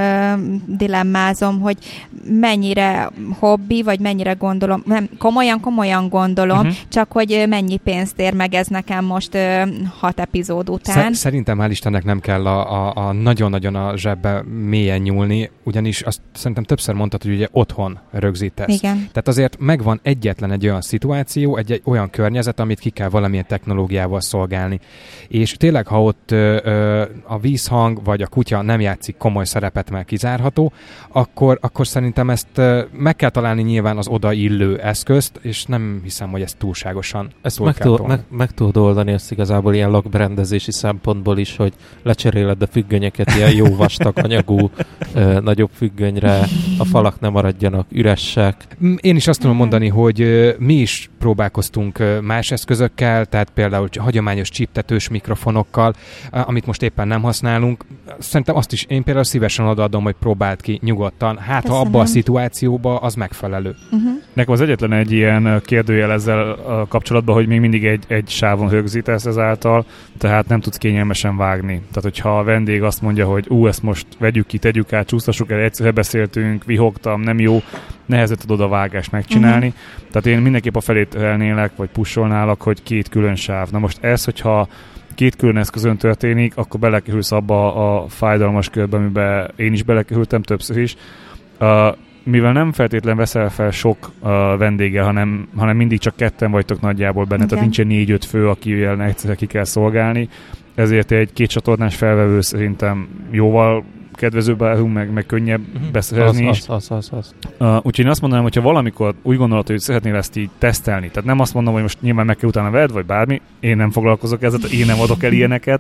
ö, dilemmázom, hogy mennyire hobbi, vagy mennyire gondolom, nem, komolyan, komolyan gondolom, uh-huh. csak hogy mennyi pénzt ér meg ez nekem most ö, hat epizód után. Szerintem hál' Istennek nem kell a, a, a nagyon-nagyon a zsebbe mélyen nyúlni, ugyanis azt szerintem többször mondtad, hogy ugye otthon rögzítesz. Igen. Tehát azért megvan egyetlen egy olyan szituáció, egy, egy olyan környezet, amit ki kell valamilyen technológiával szolgálni. És tényleg, ha ott ö, ö, a vízhang vagy a kutya nem játszik komoly szerepet, mert kizárható, akkor, akkor szerintem ezt ö, meg kell találni nyilván az odaillő eszközt, és nem hiszem, hogy ez túlságosan ezt meg, tud, meg, meg tudod oldani ezt igazából ilyen lakberendezési szempontból is, hogy lecseréled a függönyeket ilyen jó vastag anyagú ö, nagyobb függönyre, a falak nem maradjanak üresek. Én is azt tudom mondani, hogy ö, mi is próbálkoztunk más eszközökkel, tehát például hagyományos csíptetős mikrofonokkal, amit most éppen nem használunk. Szerintem azt is én például szívesen odaadom, hogy próbáld ki nyugodtan. Hát, köszönöm. Ha abban a szituációban az megfelelő. Uh-huh. Nekem az egyetlen egy ilyen kérdőjel ezzel kapcsolatban, hogy még mindig egy, egy sávon rögzítesz ezáltal, tehát nem tudsz kényelmesen vágni. Tehát, hogyha a vendég azt mondja, hogy ú, ezt most vegyük ki, tegyük át, csúsztassuk el, egyszerre beszéltünk, vihogtam, nem jó, nehezen tudod a vágást megcsinálni. Uh-huh. Tehát én mindenképp a felét elnélek, vagy pusolnálak, hogy két külön sáv. Na most ez, hogyha két külön eszközön történik, akkor belekerülsz abba a fájdalmas körbe, amiben én is belekerültem többször is. Uh, mivel nem feltétlen veszel fel sok uh, vendéggel, hanem, hanem mindig csak ketten vagytok nagyjából benne, okay. Tehát nincsen négy-öt fő, akivel egyszerre ki kell szolgálni, ezért egy két csatornás felvevő szerintem jóval kedvezőbb állunk, meg, meg könnyebb uh-huh. beszerezni is. Az, az, az, az. Uh, úgyhogy én azt mondanám, hogyha valamikor úgy gondolod, hogy szeretnél ezt így tesztelni, tehát nem azt mondom, hogy most nyilván meg kell utána vedd, vagy bármi, én nem foglalkozok ezzel, én nem adok el ilyeneket,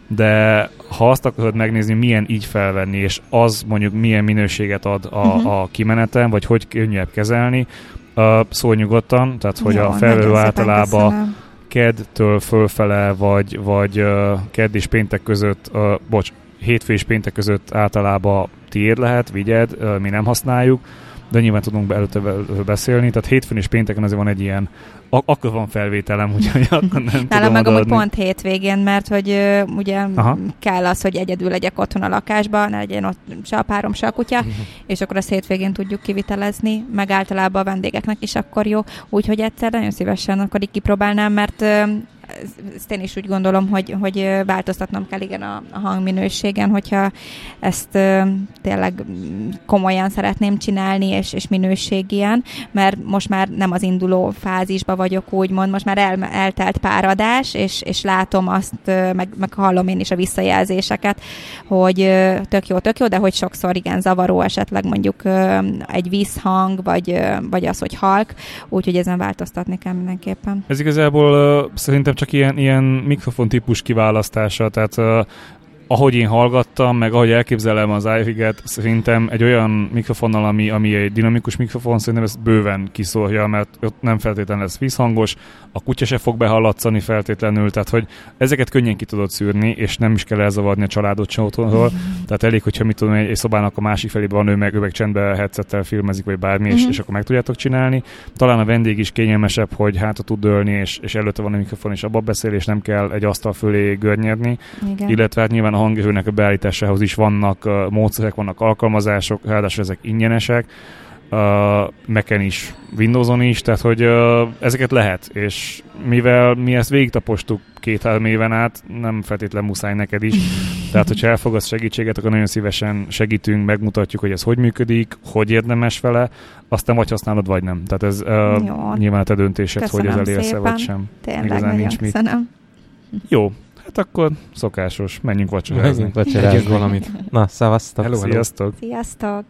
de ha azt akarod megnézni, milyen így felvenni, és az mondjuk milyen minőséget ad a, uh-huh. a kimeneten, vagy hogy könnyebb kezelni, uh, szólj nyugodtan, tehát hogy jó, a felvevő általában keddtől fölfele, vagy, vagy uh, kedd és péntek között, uh, bocs, hétfő és péntek között általában tiéd lehet, vigyed, uh, mi nem használjuk, de nyilván tudunk előtte beszélni, tehát hétfőn és pénteken azért van egy ilyen, ak- akkor van felvételem, úgyhogy akkor nem Nálam tudom meg pont hétvégén, mert hogy uh, ugye aha. kell az, hogy egyedül legyek otthon a lakásban, ne legyen ott se a párom, se a kutya, uh-huh. és akkor azt hétvégén tudjuk kivitelezni, meg általában a vendégeknek is akkor jó, úgyhogy egyszer nagyon szívesen akkor így kipróbálnám, mert uh, ezt én is úgy gondolom, hogy, hogy változtatnom kell igen a, a hangminőségen, hogyha ezt ö, tényleg komolyan szeretném csinálni, és, és minőség ilyen, mert most már nem az induló fázisba vagyok, úgymond, most már el, eltelt pár adás, és, és látom azt, ö, meg, meg hallom én is a visszajelzéseket, hogy ö, tök jó, tök jó, de hogy sokszor igen zavaró esetleg mondjuk ö, egy vízhang, vagy, ö, vagy az, hogy halk, úgyhogy ezen változtatni kell mindenképpen. Ez igazából uh, szerintem csak ilyen, ilyen mikrofon típus kiválasztása, tehát uh, ahogy én hallgattam, meg ahogy elképzelem az iRig-et, szerintem egy olyan mikrofonnal, ami, ami egy dinamikus mikrofon, szerintem ezt bőven kiszórja, mert ott nem feltétlenül lesz vízhangos, a kutya se fog behallatszani feltétlenül, tehát hogy ezeket könnyen ki tudod szűrni, és nem is kell elzavarni a családot sem otthonról, tehát elég, hogyha mit tudom, egy, egy szobának a másik felében van, ő meg, ő meg csendben headsettel filmezik, vagy bármi, uh-huh. és, és akkor meg tudjátok csinálni. Talán a vendég is kényelmesebb, hogy hátra tud dőlni, és, és előtte van a mikrofon, és abba beszél, és nem kell egy asztal fölé görnyedni, igen. Illetve hát nyilván a hangérőnek a beállításához is vannak uh, módszerek, vannak alkalmazások, ráadásul ezek ingyenesek. uh, Mac-en is, Windowson is, tehát hogy uh, ezeket lehet, és mivel mi ezt végigtapostuk két-három éven át, nem feltétlen muszáj neked is, tehát hogyha elfogadsz segítséget, akkor nagyon szívesen segítünk, megmutatjuk, hogy ez hogy működik, hogy érdemes vele, aztán vagy használod, vagy nem. Tehát ez uh, nyilván a te döntésed, köszönöm hogy ez elérsz vagy sem. Tényleg igazán nagyon nincs köszönöm. mit. Jó, hát akkor szokásos, menjünk vacsorázni. Menjünk vacsorázni. Együnk valamit. Na, szavaztok. Hello, hello. Sziasztok! Sziasztok!